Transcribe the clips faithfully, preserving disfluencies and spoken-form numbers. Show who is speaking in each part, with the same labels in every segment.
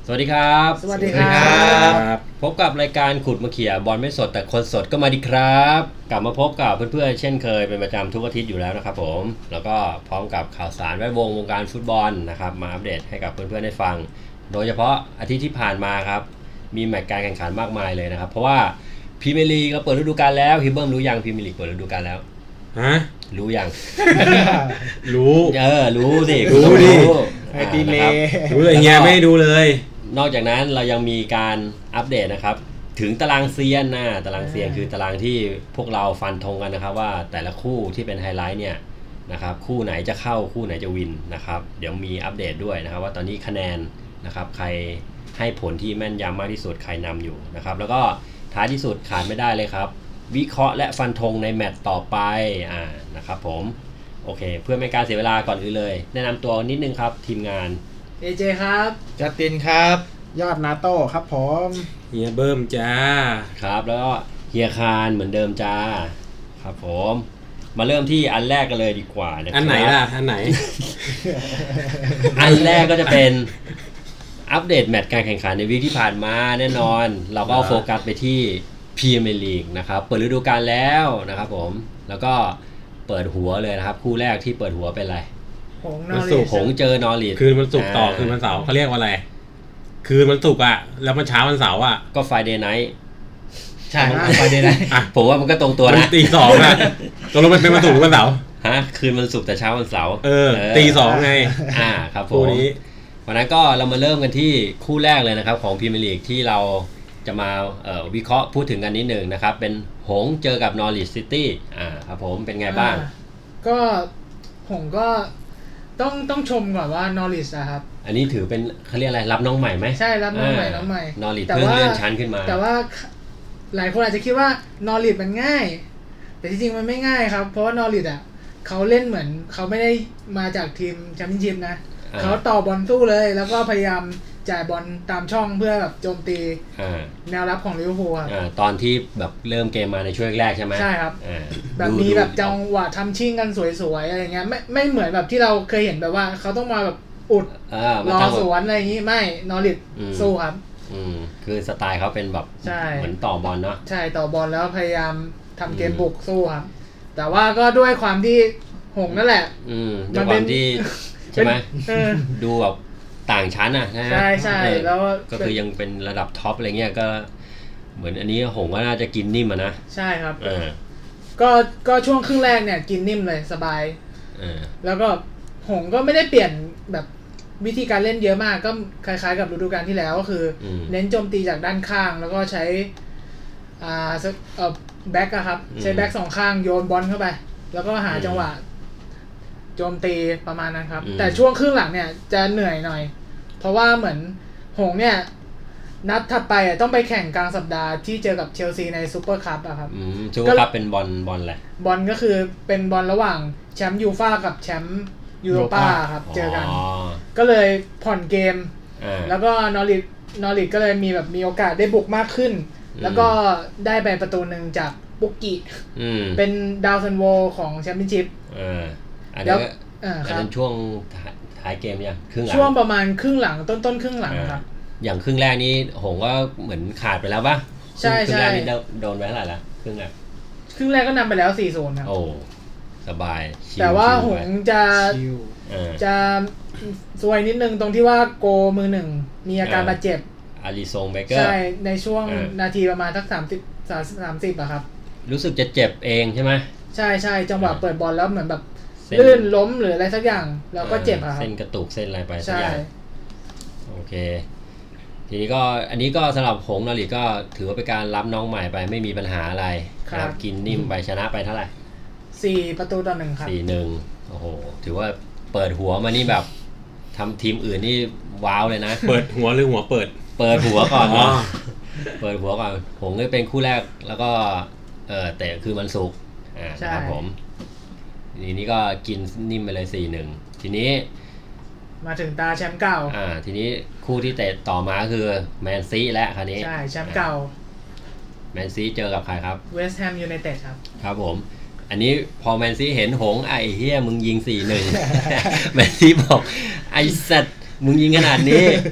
Speaker 1: สวัสดีครับ
Speaker 2: สวัสดีครับ
Speaker 1: พบกับรายการขุดมาเขี่ยบอลไม่สดแต่คนสดก็มาดีครับกลับมาพบกับเพื่อนๆเช่นเคยเป็นประจำทุกอาทิตย์อยู่แล้วนะครับผมแล้วก็พร้อมกับข่าวสารแวดวงวงการฟุตบอลนะครับมาอัปเดตให้กับเพื่อนๆได้ฟังโดยเฉพาะอาทิตย์ที่ผ่านมาครับมีแมตช์การแข่งขันมากมายเลยนะครับเพราะว่าพรีเมียร์ลีกเราเปิดฤดูกาลแล้วพี่เบิ้มรู้ยังพรีเมียร์ลีกเปิดฤดูกาลแล้ว
Speaker 3: ฮะ
Speaker 1: รู้ยัง
Speaker 3: รู้
Speaker 1: เออรู้สิ
Speaker 3: รู้ดิ
Speaker 2: ไอ้ดีเลย
Speaker 3: รู้เลยเฮียไม่ดูเลย
Speaker 1: นอกจากนั้นเรายังมีการอัปเดตนะครับถึงตารางเซียนนะตารางเซียนคือตารางที่พวกเราฟันธงกันนะครับว่าแต่ละคู่ที่เป็นไฮไลท์เนี่ยนะครับคู่ไหนจะเข้าคู่ไหนจะวินนะครับเดี๋ยวมีอัปเดตด้วยนะครับว่าตอนนี้คะแนนนะครับใครให้ผลที่แม่นยำมากที่สุดใครนำอยู่นะครับแล้วก็ท้ายที่สุดขาดไม่ได้เลยครับวิเคราะห์และฟันธงในแมตช์ต่อไปอ่านะครับผมโอเคเพื่อไม่การเสียเวลาก่อนอื่นเลยแนะนำตัวนิดนึงครับทีมงาน
Speaker 2: เอเจครับ
Speaker 4: จัสตินครับ
Speaker 2: ยอดนาโต้ครับผม
Speaker 3: เฮียเบิ้มจ้า
Speaker 1: ครับแล้วก็เฮียคารเหมือนเดิมจ้าครับผมมาเริ่มที่อันแรกกันเลยดีกว่านะครับ
Speaker 3: อันไหนล่ะอันไหน
Speaker 1: อันแรกก็จะเป็นอัปเดตแมตช์การแข่งขันในวีคที่ผ่านมาแน่นอนเราก็โฟกัสไปที่พรีเมียร์ลีกนะครับเปิดฤดูกาลแล้วนะครับผมแล้วก็เปิดหัวเลยนะครับคู่แรกที่เปิดหัวเป็นอะไร
Speaker 3: มันสุก
Speaker 1: หงเจอนอริท
Speaker 3: คืนมันสุกต่อคืนวันเสาร์เขาเรียกว่าอะไรคืนมันสุกอ่ะแล้วมันเช้าวันเสาร์อ่ะ
Speaker 1: ก็ไฟเดย์ไนท์
Speaker 4: ใช่ไฟเดย์ไนท์
Speaker 1: ผมว่ามันก็ตรงตัวนะ
Speaker 3: ตีสองอ่ะตกลงมันเป็นวันศุกร์หรือวันเสาร์
Speaker 1: ฮะคืนวันศุกร์แต่เช้าวันเสาร์
Speaker 3: เออตีสองไง
Speaker 1: อ่าครับผมวันนั้นก็เรามาเริ่มกันที่คู่แรกเลยนะครับของพรีเมียร์ลีกที่เราจะมาเอ่อวิเคราะห์พูดถึงกันนิดนึงนะครับเป็นหงเจอกับนอริทซิตี้อ่าครับผมเป็นไงบ้าง
Speaker 2: ก็หงก็ต้องต้องชมก่อนว่านอริทนะครับ
Speaker 1: อันนี้ถือเป็นเขาเรียกอะไรรับน้องใหม่ไหม
Speaker 2: ใช่รับน้องใหม่น้องใหม่
Speaker 1: นอริทเพิ่งเลื่อนชั้นขึ้นมา
Speaker 2: แต่ว่าหลายคนอาจจะคิดว่านอริทมันง่ายแต่จริงๆมันไม่ง่ายครับเพราะว่านอริทอ่ะเขาเล่นเหมือนเขาไม่ได้มาจากทีมแชมเปี้ยนชิพนะเขาต่อบอลสู้เลยแล้วก็พยายามจ่ายบอลตามช่องเพื่อแบบโจมตีแนวรับของลิเวอร์พูลครับ
Speaker 1: ตอนที่แบบเริ่มเกมมาในช่วงแรกใช่ไหม
Speaker 2: ใช่ครับแบบมีแบบจังหวะทำชิ่งกันสวยๆอะไรเงี้ยไม่ไม่เหมือนแบบที่เราเคยเห็นแบบว่าเขาต้องมาแบบอุดรอสวนอะไรอย่างงี้ไม่นอริทสู้ครับ
Speaker 1: อืมคือสไตล์เขาเป็นแบบเหมือนต่อบอลเนาะ
Speaker 2: ใช่ต่อบอลแล้วพยายามทำเกมบุกสู้ครับแต่ว่าก็ด้วยความที่หงนั่นแหละ
Speaker 1: อืมด้วยความที่ใช่ไหมดูแบบต่างชั้นอ่ะ
Speaker 2: ใช่ใช่แล้ว
Speaker 1: ก็คือยังเป็นระดับท็อปอะไรเงี้ยก็เหมือนอันนี้หงก็น่าจะกินนิ่มอ่ะนะ
Speaker 2: ใช่ครับก็ก็ช่วงครึ่งแรกเนี่ยกินนิ่มเลยสบายแล้วก็หงก็ไม่ได้เปลี่ยนแบบวิธีการเล่นเยอะมากก็คล้ายๆกับฤดูกาลที่แล้วก็คือเน้นโจมตีจากด้านข้างแล้วก็ใช้อ่าเอ่อแบ็คอะครับใช้แบ็คสองข้างโยนบอลเข้าไปแล้วก็หาจังหวะโจมตีประมาณนั้นครับแต่ช่วงครึ่งหลังเนี่ยจะเหนื่อยหน่อยเพราะว่าเหมือนหงเนี่ยนัดถัดไปอ่ะต้องไปแข่งกลางสัปดาห์ที่เจอกับเชลซีในซุปเปอร์คัพอะครับ
Speaker 1: อืมซุปเปอร์คัพเป็นบอลบอลอะไร
Speaker 2: บอลก็คือเป็นบอลระหว่างแชมป์ยูฟ่ากับแชมป์ยูโรป้าครับเจอกันก็เลยผ่อนเกมแล้วก็นอริทนอริทก็เลยมีแบบมีโอกาสได้บุกมากขึ้นแล้วก็ได้ไปประตูหนึ่งจากบุกกิเป็นดาวซันโวของแชมเปี้ยนชิพ
Speaker 1: อันนี้อันนั้นช่วงท้ายเกมยังครึ่งหลัง
Speaker 2: ช่วงประมาณครึ่งหลังต้นต้นครึ่งหลังครับ
Speaker 1: อย่างครึ่งแรกนี้หงก็เหมือนขาดไปแล้วป่ะ
Speaker 2: ใช่ใช่
Speaker 1: ครึ่งแรกนี่โดนไปเท่าไหร่ละครึ่งแรก
Speaker 2: ครึ่งแรกก็นำไปแล้ว สี่ศูนย์ ครับ
Speaker 1: โอ้สบาย
Speaker 2: แต่ว่าหงจะจะซวยนิดนึงตรงที่ว่าโกมือหนึ่งมีอาการบาดเจ็บ
Speaker 1: อาริซงเบเกอร์
Speaker 2: ใช่ในช่วงนาทีประมาณสักสามสิบ สามสิบอะครับ
Speaker 1: รู้สึกจะเจ็บเองใช่ไหม
Speaker 2: ใช่ใช่จังหวะเปิดบอลแล้วเหมือนแบบลื่นล้มหรืออะไรสักอย่างแล้วก็เจ็บอะครับ
Speaker 1: เส้นกระตุกเส้นอะไรไปสักอย่างโอเคทีนี้ก็อันนี้ก็สำหรับหงส์นอริทก็ถือว่าเป็นการรับน้องใหม่ไปไม่มีปัญหาอะไรครับกินนิ่มไปชนะไปเท่าไหร่
Speaker 2: สี่ประตูต่อหนึ่งครับ
Speaker 1: สี่หนึ่ง โอ้โหถือว่าเปิดหัวมานี่แบบทำทีมอื่นนี่ว้าวเลยนะ
Speaker 3: เปิดหัวหรือหัวเปิด
Speaker 1: เปิดหัวก่อนเนาะเปิดหัวก่อนหงส์นี่เป็นคู่แรกแล้วก็เออแต่คือมันสุกอ่าครับผมทีนี้ก็กินนิ่มไปเลย สี่หนึ่ง ทีนี้
Speaker 2: มาถึงตาแชมป์เก่า
Speaker 1: อ่าทีนี้คู่ที่เตะต่อมาคือแมนซีและคราวนี้
Speaker 2: ใช่แชมป์เก่า
Speaker 1: แมนซีเจอกับใครครับ
Speaker 2: เวสต์แฮมยูไนเต็ดครับ
Speaker 1: ครับผมอันนี้พอแมนซีเห็นหงไอ้เหี้ยมึงยิง สี่หนึ่ง แมนซีบอกไอ้สัตว์มึงยิงขนาดนี้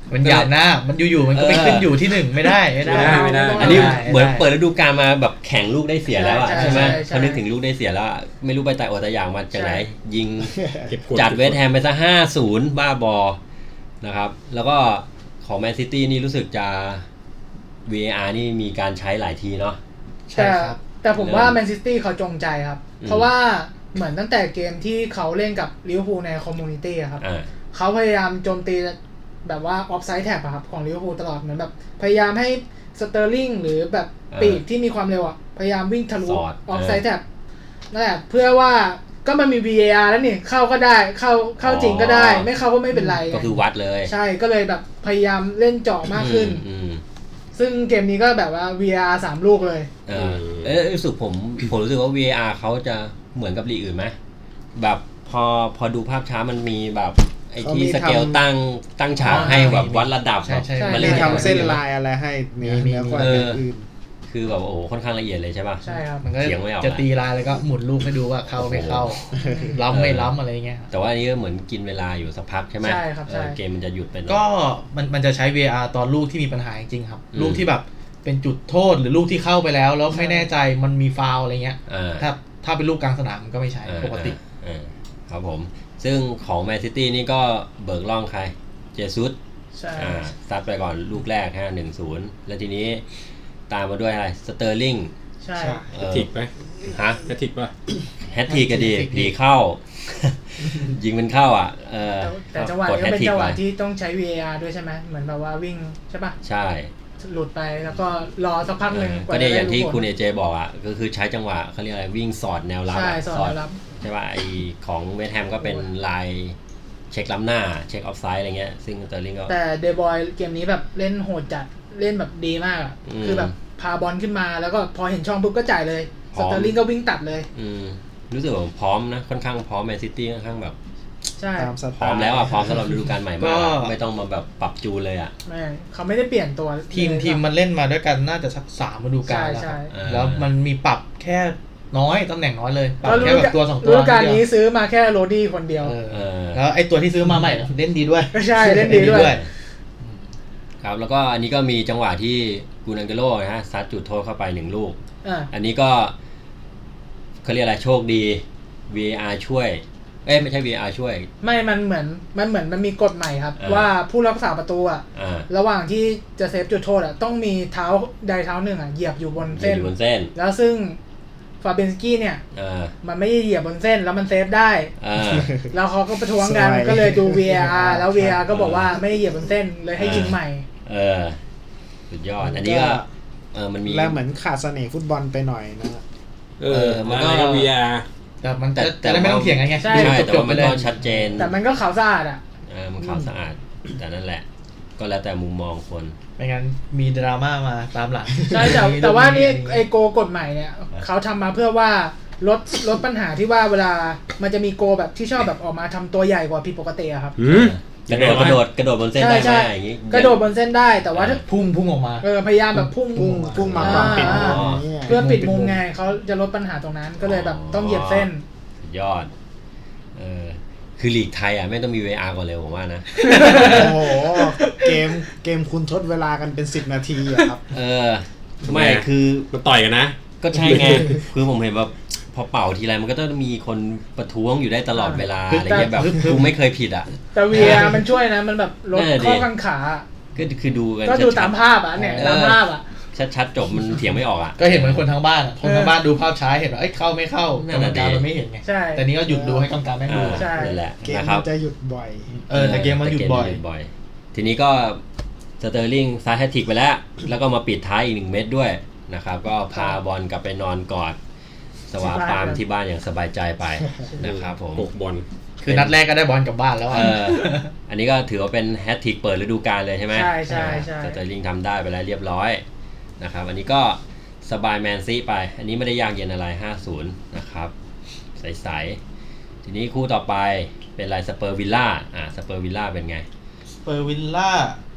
Speaker 4: มันหยาบหน้ามันอยู่ๆมันก็ไปขึ้นอยู่ที่หนึ่งไม่ได้ไม่ได้
Speaker 3: ไม่ได้
Speaker 1: อันนี้เหมือนเปิดฤดูกาลมาแบบแข่งลูกได้เสียแล้วอ่ะใช่ไหมเขานึกถึงลูกได้เสียแล้วไม่รู้ไปแต่อดแต่อย่างมาจากไหนยิงจัดเวสต์แฮมไปซะ ห้าศูนย์ บ้าบอนะครับแล้วก็ของแมนซิตี้นี่รู้สึกจะ วี เอ อาร์ นี่มีการใช้หลายทีเนาะ
Speaker 2: ใช่ครับแต่ผมว่าแมนซิตี้เขาจงใจครับเพราะว่าเหมือนตั้งแต่เกมที่เขาเล่นกับลิเวอร์พูลในคอมมูนิตี้ครับเขาพยายามโจมตีแบบว่าออฟไซด์แท็บอะครับของลิเวอร์พูลตลอดเหมือนแบบพยายามให้สเตอร์ลิงหรือแบบปีกที่มีความเร็วอะพยายามวิ่งทะลุออฟไซด์แท็บนั่นแหละเพื่อว่าก็มันมี วี เอ อาร์ แล้วนี่เข้าก็ได้เข้าเข้าจริงก็ได้ไม่เข้าก็ไม่เป็นไร
Speaker 1: ก็คือวัดเลย
Speaker 2: ใช่ก็เลยแบบพยายามเล่นเจาะมากขึ้นซึ่งเกมนี้ก็แบบว่า วี เอ อาร์ สามลูกเลย
Speaker 1: เออเออรู้สึกผมผมรู้สึกว่า วี เอ อาร์ เขาจะเหมือนกับลีกอื่นไหมแบบพอพอดูภาพช้ามันมีแบบไอ้ที่สเกลตั้งตั้งฉากให้แบบวัดระดับ
Speaker 5: มันเลยทำเส้นลายอะไรให้เนื้อเนื้อความอื่น
Speaker 1: คือแบบโอ้โหค่อนข้างละเอียดเลยใช่ป่ะ
Speaker 2: ใช่ครับ
Speaker 4: มันก็จะตีลายแล้วก็หมุนลูกให้ดูว่าเข้าไม่เข้าล้ำไม่ล้ำอะไรเงี้ย
Speaker 1: แต่ว่าอันนี้ก็เหมือนกินเวลาอยู่สักพักใช่ไหม
Speaker 2: ใช่ครับใช่
Speaker 1: เกมมันจะหยุดไป
Speaker 4: ก็มันมันจะใช้ วี เอ อาร์ ตอนลูกที่มีปัญหาจริงๆครับลูกที่แบบเป็นจุดโทษหรือลูกที่เข้าไปแล้วแล้วไม่แน่ใจมันมีฟาวล์อะไรเงี้ยถ้าถ้าเป็นลูกกลางสนามมันก็ไม่ใช่ปกติ
Speaker 1: ครับผมซึ่งของแมนซิตี้นี่ก็เบิกล่องใครเจซุส
Speaker 2: ใช่
Speaker 1: ซัดไปก่อนลูกแรกฮะ หนึ่งศูนย์ แล้วทีนี้ตามมาด้วยอะไรสเตอร์ลิง
Speaker 2: ใช่
Speaker 3: แฮตทริกไหม
Speaker 1: ฮะ
Speaker 3: แฮตทริกป่ะ
Speaker 1: แฮตทริกก็ดีผีเข้ายิงมันเข้าอ่ะเออ
Speaker 2: แต่จังหวะนี้เป็นจังหวะที่ต้องใช้ วี เอ อาร์ ด้วยใช่ไหมเหมือนแบบว่าวิ่งใช่ป่ะ
Speaker 1: ใช่
Speaker 2: หลุดไปแล้วก็รอสักพักนึง
Speaker 1: ก็ได้อย่างที่คุณเอเจบอกอ่ะก็คือใช้จังหวะเขาเรียกอะไรวิ่งสอดแนวรับ
Speaker 2: ใช่สอดแนวรับ
Speaker 1: ใช่ป่ะไอของเวสต์แฮมก็เป็นลายเช็คล้ำหน้าเช็คออฟไซด์อะไรเงี้ยซึ่งสเตอร์ลิงก็
Speaker 2: แต่เดบอยเกมนี้แบบเล่นโหดจัดเล่นแบบดีมากอ่ะคือแบบพาบอลขึ้นมาแล้วก็พอเห็นช่องปุ๊บก็จ่ายเลยสเตอร์ลิงก็วิ่งตัดเลย
Speaker 1: อืมรู้สึกว่าพร้อมนะค่อนข้างพร้อมแมนซิตี้ค่อนข้างแบบ
Speaker 2: ใช่
Speaker 1: พร้อมแล้วอ่ะพร้อมสำหรับฤดูกาลใหม่มากไม่ต้องมาแบบปรับจูนเลยอ่ะ
Speaker 2: ไม่เขาไม่ได้เปลี่ยนตัว
Speaker 4: ทีมทีมมันเล่นมาด้วยกันน่าจะสักสามฤดูกาลแล้วแล้วมันมีปรับแค่น้อยตำแหน่งน้อยเลยปรับแค่แบบตัวสองตัวฤ
Speaker 2: ดูกาลนี้ซื้อมาแค่โรดี้คนเดียว
Speaker 4: แล้วไอ้ตัวที่ซื้อมาใหม่เล่นดีด้วย
Speaker 2: ใช่เล่นดีด้วย
Speaker 1: ครับแล้วก็อันนี้ก็มีจังหวะที่กูนังเกโร่นะฮะซัดจุดโทษเข้าไปหนึ่งลูกอันนี้ก็เขาเรียกอะไรโชคดี วี เอ อาร์ ช่วยเอ้ยไม่ใช่ วี เอ อาร์ ช่วย
Speaker 2: ไม่มันเหมือนมันเหมือนมันมีกฎใหม่ครับว่าผู้รักษาประตูอ่ะระหว่างที่จะเซฟจุดโทษอ่ะต้องมีเท้าใดเท้าหนึ่งอ่ะเหยียบอยู่บนเส้น
Speaker 1: บนเส้น
Speaker 2: แล้วซึ่งฟาเบนสกี้เนี่ยมันไม่ได้เหยียบบนเส้นแล้วมันเซฟได้แล้วเขาก็ประท้วงกันก็เลยดู วี เอ อาร์ แล้ว วี เอ อาร์ ก็บอกว่าไม่ได้เหยียบบนเส้นเลยให้ยิงใหม่
Speaker 1: เออสุดยอดอันนี้ก็เออมันมี
Speaker 5: แล้วเหมือนขาดเสน่ห์ฟุตบอลไปหน่อยนะ
Speaker 3: เออมันก็ วี เอ อาร์
Speaker 4: แต่มันแต่แต่ไม่ต้องเถียงกันไง
Speaker 1: ใช่แต่ว่ามันก็ชัดเจน
Speaker 2: แต่มันก็ขาวสะอาดอ่ะ
Speaker 1: เออมันขาวสะอาดแต่นั่นแหละก็แล้วแต่มุมมองคน
Speaker 4: ไม่งั้นมีดราม่ามาตามหลัง
Speaker 2: ใช่แต่แต่ว่านี่ไอโกกฎใหม่เนี่ยเขาทำมาเพื่อว่าลดลดปัญหาที่ว่าเวลามันจะมีโกแบบที่ชอบแบบออกมาทำตัวใหญ่กว่าผิดปกติอะครับ
Speaker 1: กระโดดกระโดดกระโดดบนเส้นได้ไหมอย่างงี้
Speaker 2: กระโดดบนเส้นได้แต่ว่า
Speaker 4: พุ่งพุ่งออกมา
Speaker 2: เออพยายามแบบพุ่ง
Speaker 5: พุ่งพุ่งมาก่อนปิด
Speaker 2: เพื่อปิดมุมไงเขาจะลดปัญหาตรงนั้นก็เลยแบบต้องเหยียบเส้น
Speaker 1: ยอดเออคือลีกไทยอ่ะไม่ต้องมี วี อาร์ ก่อนเลยผมว่านะ
Speaker 5: โอ้โหเกมเกมคุณทดเวลากันเป็นสิบนาทีอ่ะครับ
Speaker 1: เออไม่คือ
Speaker 3: มันต่อยกันนะ
Speaker 1: ก็ใช่ไงคือผมเห็นแบบพอเป่าทีไรมันก็ต้องมีคนประท้วงอยู่ได้ตลอดเวลาอะไรเงี้ยแบบกูไม่เคยผิดอ่ะ
Speaker 2: แต่ วี อาร์ มันช่วยนะมันแบบลดข้อกังขา
Speaker 1: ก็คือดูกัน
Speaker 2: ก็ดูตามภาพอ่ะเนี่ยตามภาพอ่ะ
Speaker 1: ชัดๆจบมันเถียงไม่ออกอ่ะ
Speaker 4: ก็เห็นเหมือนคนทั้งบ้านอ่ะคนทั้งบ้านดูภาพช้าเห็นว่าเอ้ยเข้าไม่เข้ากรรมการมันไม่เห็นไงแต่นี้ก็หยุดดูให้กรรมการไม่ดู
Speaker 2: ใช่
Speaker 1: นั่นแหละ
Speaker 5: เกมมันจะหยุดบ่อย
Speaker 4: เออแต่เกมมันหยุดบ่อย
Speaker 1: ทีนี้ก็สเตอร์ลิงซัดแฮตทริกไปแล้วแล้วก็มาปิดท้ายอีกหนึ่งเม็ดด้วยนะครับก็พาบอลกลับไปนอนกอดสวาปามที่บ้านอย่างสบายใจไปนะครับผม
Speaker 3: หกบอล
Speaker 4: คือนัดแรกก็ได้บอลกลับบ้านแล้ว
Speaker 1: เอออันนี้ก็ถือว่าเป็นแฮตทริกเปิดฤดูกาลเลยใช่ไหม
Speaker 2: ใช่ใช่ใช่
Speaker 1: สเตอร์ลิงทำได้ไปแล้วเรียบร้อยนะครับอันนี้ก็สบายแมนซีไปอันนี้ไม่ได้ยากเย็นอะไรห้าศูนย์นะครับใสๆทีนี้คู่ต่อไปเป็นไรสเปอร์วิลล่าอ่าสเปอร์วิลล่าเป็นไง
Speaker 4: สเปอร์วิลล่า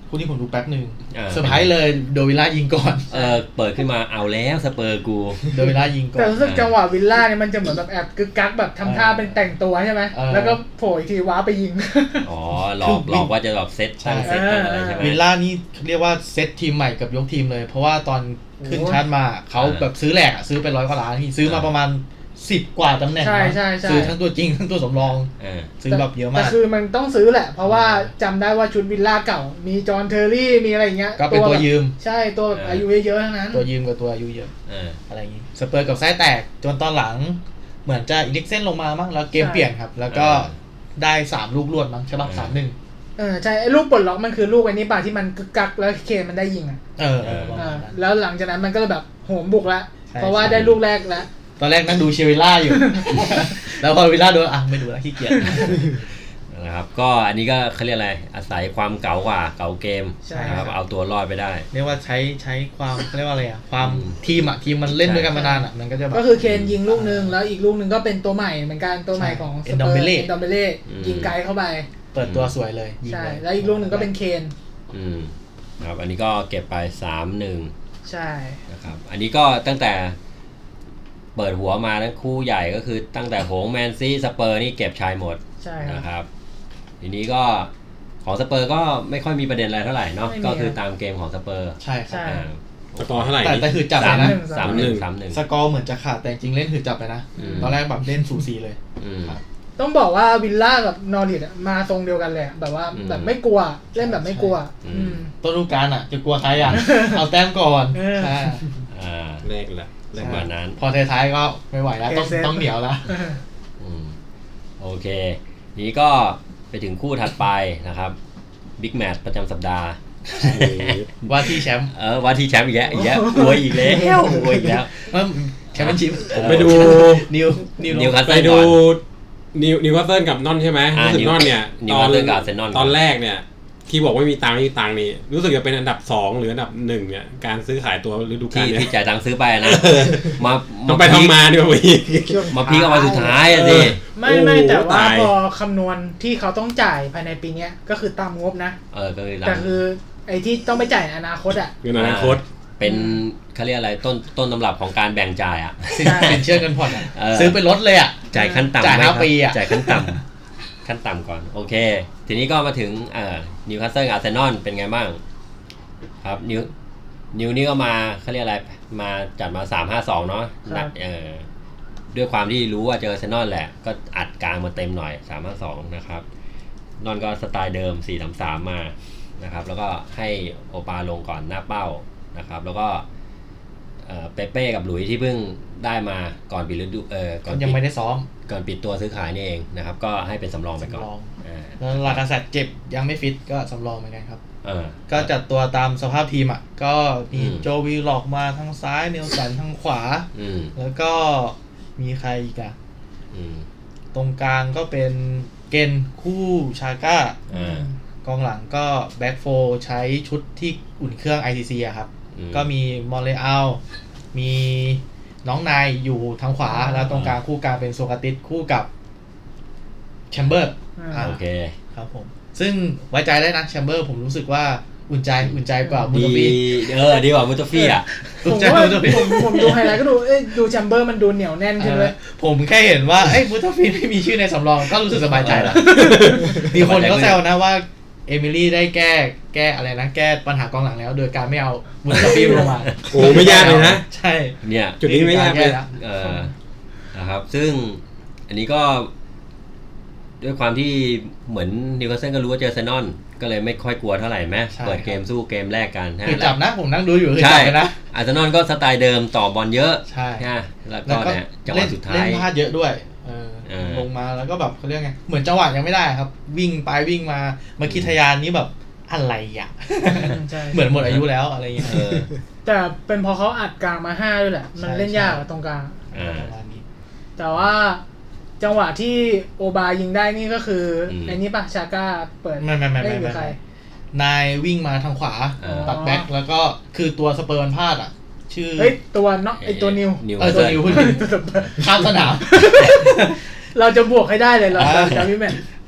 Speaker 4: คู่นี้ผมดูแป๊บนึงเซอร์ไพรส์เลยโดวิลล่ายิงก่อน
Speaker 1: เออเปิดขึ้นมาเอาแล้วสเปอร์กู
Speaker 4: โดวิลล่ายิงก่อน
Speaker 2: แต่รู้สึกจังหวะวิลล่าเนี่ยมันจะเหมือนแบบแอบกึกกักแบบทำท่าเป็นแต่งตัวใช่ไหมแล้วก็โผล่อีกทีว้าไปยิง
Speaker 1: อ๋อหลอกหลอกว่าจะแบบเซตตั้งเซตอะไรใช่ไหม
Speaker 4: วิลล่านี่เรียกว่าเซตทีมใหม่กับยกทีมเลยเพราะว่าตอนขึ้นชาร์จมาเขาแบบซื้อแหลกซื้อไปร้อยกว่าล้านนี่ซื้อมาประมาณสิบกว่าตำแหน่งซื้อทั้งตัวจริงทั้งตัวสำรองซื้อแบบเยอะมาก
Speaker 2: แต่คือมันต้องซื้อแหละเพราะว่าจำได้ว่าชุดวิลล่าเก่ามีจอห์นเทอร์รี่มีอะไรเงี้ย
Speaker 4: ก็เป็นตัวยืม
Speaker 2: ใช่ตัวอายุเยอะๆทั้งนั้น
Speaker 4: ตัวยืมกับตัวอายุเยอะอะไรอย่างงี้สเปอร์กับไส้แตกจนตอนหลังเหมือนจะอีลิกเซ่นลงมามั้งแล้วเกมเปลี่ยนครับแล้วก็ได้สามลูกรวดมั้งใช่ป่ะ สามหนึ่ง
Speaker 2: เออใช่ไอ้ลูกปลดล็อกมันคือลูกไอ้นี้ป่ะที่มันกึกกักแล้วเคนมันได้ยิงอ่ะ
Speaker 4: เออ
Speaker 2: แล้วหลังจากนั้นมันก็เลยแบบโหมบุกละเพราะว่าได้ลูกแรกแล้ว
Speaker 4: ตอนแรกนั่งดูเชวิลล่าอยู่ แล้วพอวิลล่าโดนอ่ะไม่ดูแล้วขี้เกียจ
Speaker 1: นะครับก็อันนี้ก็เขาเรียกอะไรอาศัยความเก๋ากว่าเก๋าเกมนะครับเอาตัวรอดไปได้
Speaker 4: เรียกว่าใช้ใช้ความเขาเรียกว่าอะไรอ่ะความทีมอ่ะทีมมันเล่นด้วยกันมานานอ่ะมันก็จะ
Speaker 2: ก็คือเคนยิงลูกนึงแล้วอีกลูกนึงก็เป็นตัวใหม่เหมือนกันตัวใหม่ของ
Speaker 4: เอ็นดอมเบเล่
Speaker 2: เอ็นดอมเบเล่ยิงไกลเข้าไป
Speaker 4: เปิดตัวสวยเลย
Speaker 2: ใช่แล้วอีกลูกนึงก็เป็นเคน
Speaker 1: อืมครับอันนี้ก็เก็บไป สามหนึ่ง
Speaker 2: ใช่
Speaker 1: นะครับอันนี้ก็ตั้งแต่เปิดหัวมาทั้งคู่ใหญ่ก็คือตั้งแต่หงแมนซีสเปอร์นี่เก็บชายหมดนะครับทีนี้ก็ของสเปอร์ก็ไม่ค่อยมีประเด็นอะไรเท่าไหร่เนาะก็คือตามเกมของสเปอร์
Speaker 4: ใช่ครับ
Speaker 3: สกอร์เท่าไหร่
Speaker 4: แต่แต่คือจับเลยนะ
Speaker 1: สามหนึ่ง สามหนึ่ง
Speaker 4: สกอร์เหมือนจะขาดแต่จริงเล่นคือจับไปนะตอนแรกแบบเล่นสูสีเลย
Speaker 2: ต้องบอกว่าวิลล่ากับนอริทมาทรงเดียวกันเลยแบบว่าแบบไม่กลัวเล่นแบบไม่กลัว
Speaker 4: ต้นฤดูกาลอ่ะจะกลัวใครอ่ะเอาแต้มก่อนใช่
Speaker 3: แรกแหละ
Speaker 1: เรื่องแบบนั้น
Speaker 4: พอท้ายๆก็ไม่ไหวแล้วต้องต้องเหนียวแล้ว
Speaker 1: โอเคนี้ก็ไปถึงคู่ถัดไปนะครับบิ๊กแมตช์ประจำสัปดาห์
Speaker 4: ว่าที่แชมป์
Speaker 1: เออว่าที่แชมป์อีกแล้วอีกแล้วอวยอีกแล้วอวยอีกแล้ว
Speaker 4: แชมเปี้ยนชิพ
Speaker 3: ผมไปดู
Speaker 4: นิว
Speaker 1: นิวคาสเซิล
Speaker 3: ไปดูนิวนิวคาสเซิลกับนอนใช่ไหมรู้สึกนอนเนี่ย
Speaker 1: ตอน
Speaker 3: ตอนแรกเนี่ยที่บอกว่ามีตังค์ไม่มีตังค์นี่รู้สึกจะเป็นอันดับสองหรืออันดับหนึ่งเนี่ยการซื้อขายตัวฤดูกาล
Speaker 1: เนี่ยที่จ่ายตังค์ซื้อไปนะมา
Speaker 3: ต้องไปทำมาเนี่ย
Speaker 1: พี่มาพีเอามาสุดท้ายอ่ะสิ
Speaker 2: ไม่ไม่แต่ว่าพอคำนวณที่เขาต้องจ่ายภายในปีนี้ก็คือตามงบนะ
Speaker 1: เออก็คือ
Speaker 2: แต่คือไอ้ที่ต้องไปจ่ายอนาคตอ่ะ
Speaker 3: คืออนาคต
Speaker 1: เป็นเขาเรียกอะไรต้นต้นตำรับของการแบ่งจ่ายอ่ะ
Speaker 4: เป็นเชื่อกันผ่อนซื้อไปลดเลยอ่ะ
Speaker 1: จ่ายขั้นต่ำ
Speaker 4: จ่ายห้าปีอ่ะ
Speaker 1: จ่ายขั้นต่ำขั้นต่ำก่อนโอเคทีนี้ก็มาถึงอ่านิวคาสเซิลอาร์เซนอลเป็นไงบ้างครับนิวนิวนี่ก็มาเขาเรียกอะไรมาจัดมาสาม ห้า สองเนาะเออด้วยความที่รู้ว่าเจออาร์เซนอลแหละก็อัดกลางมาเต็มหน่อยสาม ห้า สองนะครับนอนก็สไตล์เดิมสี่ สาม สามมานะครับแล้วก็ให้โอปาลงก่อนหน้าเป้านะครับแล้วก็เอ่อเปเป้กับหลุยที่เพิ่งได้มาก่อนปิดฤดูเอ่อก่อน
Speaker 4: ยังไม่ได้ซ้อม
Speaker 1: ก่อนปิดตัวซื้อขายนี่เองนะครับก็ให้เป็นสำรองไปก่อน
Speaker 4: แล้วลากาเซตเจ็บยังไม่ฟิตก็สำรองเหมือนกันครับก็จัดตัวตามสภาพทีมอ่ะก็มีโจวิลล็อกมาทางซ้ายเนลสันทางขวาแล้วก็มีใครอีกอ่ะตรงกลางก็เป็นเกนคู่ชาก้ากองหลังก็แบ็คโฟใช้ชุดที่อุ่นเครื่อง ไอ ซี ซี อ่ะครับก็มีมอลเลอัลมีน้องนายอยู่ทางขวาแล้วตรงกลางคู่กลางเป็นโซกาติสคู่กับแชมเบอร์
Speaker 1: โอเค
Speaker 4: ครับผมซึ่งไว้ใจได้นะแชมเบอร์ผมรู้สึกว่าอุ่นใจอุ่นใจกว่ามูต
Speaker 1: ฟี่เออดีกว่ามูตฟี่อ่ะ
Speaker 2: ผมว่าผมผมดูไฮไลท์ก็ดูเอ้ยดูแชมเบอร์มันดูเหนียวแน่นขึ้นเลย
Speaker 4: ผมแค่เห็นว่าเอ้ยมูตฟี่ไม่มีชื่อในสำรองก็รู้สึกสบายใจแล้วมีคนก็แซวนะว่าเอมิลี่ได้แก้แก้อะไรนะแก้ปัญหากองหลังแล้วโดยการไม่เอามูตฟี่ลงมา
Speaker 3: โอ้ไม่ยากเลยนะ
Speaker 4: ใช่
Speaker 1: เนี่ย
Speaker 3: จุดนี้ไม่ยากเลย
Speaker 1: เออนะครับซึ่งอันนี้ก็ด้วยความที่เหมือนนิวคาสเซิลก็รู้ว่าเจออาร์เซนอลก็เลยไม่ค่อยกลัวเท่าไหร่แม้เปิดเกมสู้เกมแรกกัน
Speaker 4: คือจับนะผมนั่งดูอยู่คือจับนะ
Speaker 1: อาร์เซนอลก็สไตล์เดิมต่อบอลเยอะใช่แล้วก็เนี่ยจังหวะสุดท้าย
Speaker 4: เล่นพลาดเยอะด้วยลงมาแล้วก็แบบเขาเรียกไงเหมือนจังหวะยังไม่ได้ครับวิ่งไปวิ่งมามาคิดทยานนี้แบบอะไรอ่ะเหมือนหมดอายุแล้วอะไรเงี้ย
Speaker 2: แต่เป็นพอเขาอัดกลางมาห้าด้วยแหละมันเล่นยากตรงกลางแต่ว่าจังหวะที่โอบายิงได้นี่ก็คือไอ้นี่ป่ะชาก้าเปิด
Speaker 4: ไม่ไม่ไม่ไม่ไม่นายวิ่งมาทางขวาตัดแบ็คแล้วก็คือตัวสเปอร์มันพลาดอ่ะชื่อ
Speaker 2: เฮ้ยตัวน็อกไอ้ตัวนิว
Speaker 4: เออตัวนิวข้ามสนาม
Speaker 2: เราจะบวกให้ได้เลยเราจะพี่แมน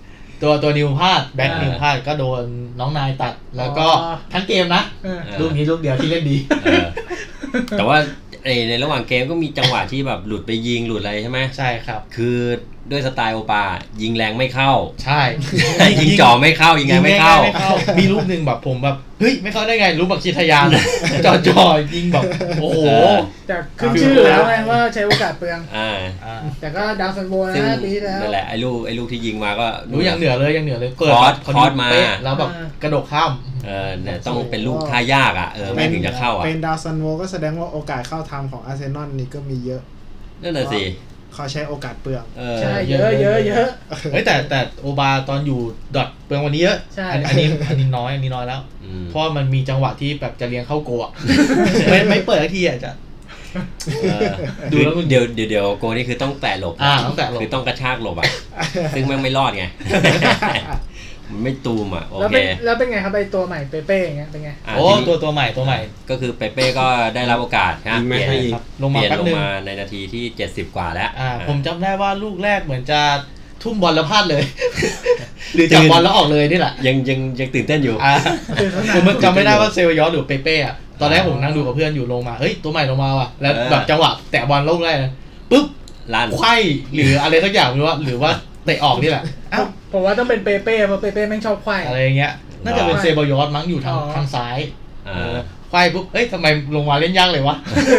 Speaker 4: ตัวตัวนิวพลาดแบ็คนิวพลาดก็โดนน้องนายตัดแล้วก็ทั้งเกมนะลูกนี้ลูกเดียวที่เล่นดี
Speaker 1: แต่ว่าในระหว่างเกมก็มีจังหวะที่แบบหลุดไปยิงหลุดอะไรใช่ไหม
Speaker 4: ใช่ครับ
Speaker 1: คือด้วยสไตล์โอปายิงแรงไม่เข้า
Speaker 4: ใช่
Speaker 1: ยิงจ่อไม่เข้ายิงแรงไม่เข้า
Speaker 4: มีลูกนึงแบบผมแบบเฮ้ยไม่เข้าได้ไงรู้บักชิทยานจ่อจ่อยิงแบบโอ้โห
Speaker 2: แต่ขึ้นชื่อแล้วไงว่าใช้โอกาสเปลืองแต่ก็ดาวซันโบนะปีแล้ว
Speaker 1: นั่นแหละไอ้ลูกไอ้ลูกที่ยิงมาก็
Speaker 4: รู้ยังเหนือเลยยังเหนือเลย
Speaker 1: เปิดคอร์สมา
Speaker 4: แล้วแบบกระโดดข้าม
Speaker 1: เออเนี่ยต้องเป็นลูกท่ายากอ่ะเออไม่ถึงจะเข้าอ่ะ
Speaker 5: เป็นดาวซันโบก็แสดงว่าโอกาสเข้าทางของอาร์เซนอลนี่ก็มีเยอะ
Speaker 1: นั่นแหละสิ
Speaker 5: เขาใช้โอกาสเปลือง
Speaker 2: ใช่เยอะเยอะเยอะ
Speaker 4: เฮ้ยแต่แต่โอบาตอนอยู่ดอทเปลืองวันนี้เยอะอันนี้อันนี้น้อยอันนี้น้อยแล้วเพราะมันมีจังหวะที่แบบจะเลี้ยงเข้าโกะไม่ไม่เปิดทันทีอ่ะจะ
Speaker 1: ดูแล้วเดี๋ยวเดี๋ยวเดี๋ยวโกนี่คือต้องแตะหลบ
Speaker 4: อ่าต้องแตะหลบ
Speaker 1: คือต้องกระชากหลบอ่ะซึ่งแม่งไม่รอดไงมันไม่ตูมอ่ะโอเค
Speaker 2: แล้วเป็นไงครับไอตัวใหม่เปเป้อย่างเงี้ยเป็นไง
Speaker 4: โอ้ตัวตัวใหม่ตัวใหม่
Speaker 1: ก็คือเปเป้ก็ได้รับโอกาสนะ
Speaker 3: เปลี่ยน
Speaker 1: ลงมาลงมาในนาทีที่เจ็ดสิบกว่าแล้ว
Speaker 4: อ่าผมจำได้ว่าลูกแรกเหมือนจะทุ่มบอลแล้วพลาดเลยหรือจับบอลแล้วออกเลยนี่แหละ
Speaker 1: ยังยังยังตื่นเต้นอยู่
Speaker 4: ผมจำไม่ได้ว่าเซลยอสหรือเปเป้อะตอนแรกผมนั่งดูกับเพื่อนอยู่ลงมาเฮ้ยตัวใหม่ลงมาว่ะแล้วแบบจังหวะแตะบอลลูกแรกปุ๊บ
Speaker 1: ลั่น
Speaker 4: ไขว้หรืออะไรสักอย่างไม่รู้ว่าหรือว่าเตะออกนี่แหละ
Speaker 2: อ้าวผมว่าต้องเป็นเปเป้เพราะเปเป้แม่งชอบไขว้
Speaker 4: อะไรอย่างเงี้ยน่าจะเป็นเซบายอสมั้งอยู่ทางทางซ้ายไขว้ปุ๊บเอ้ยทำไมลงมาเล่นยากเลยวะ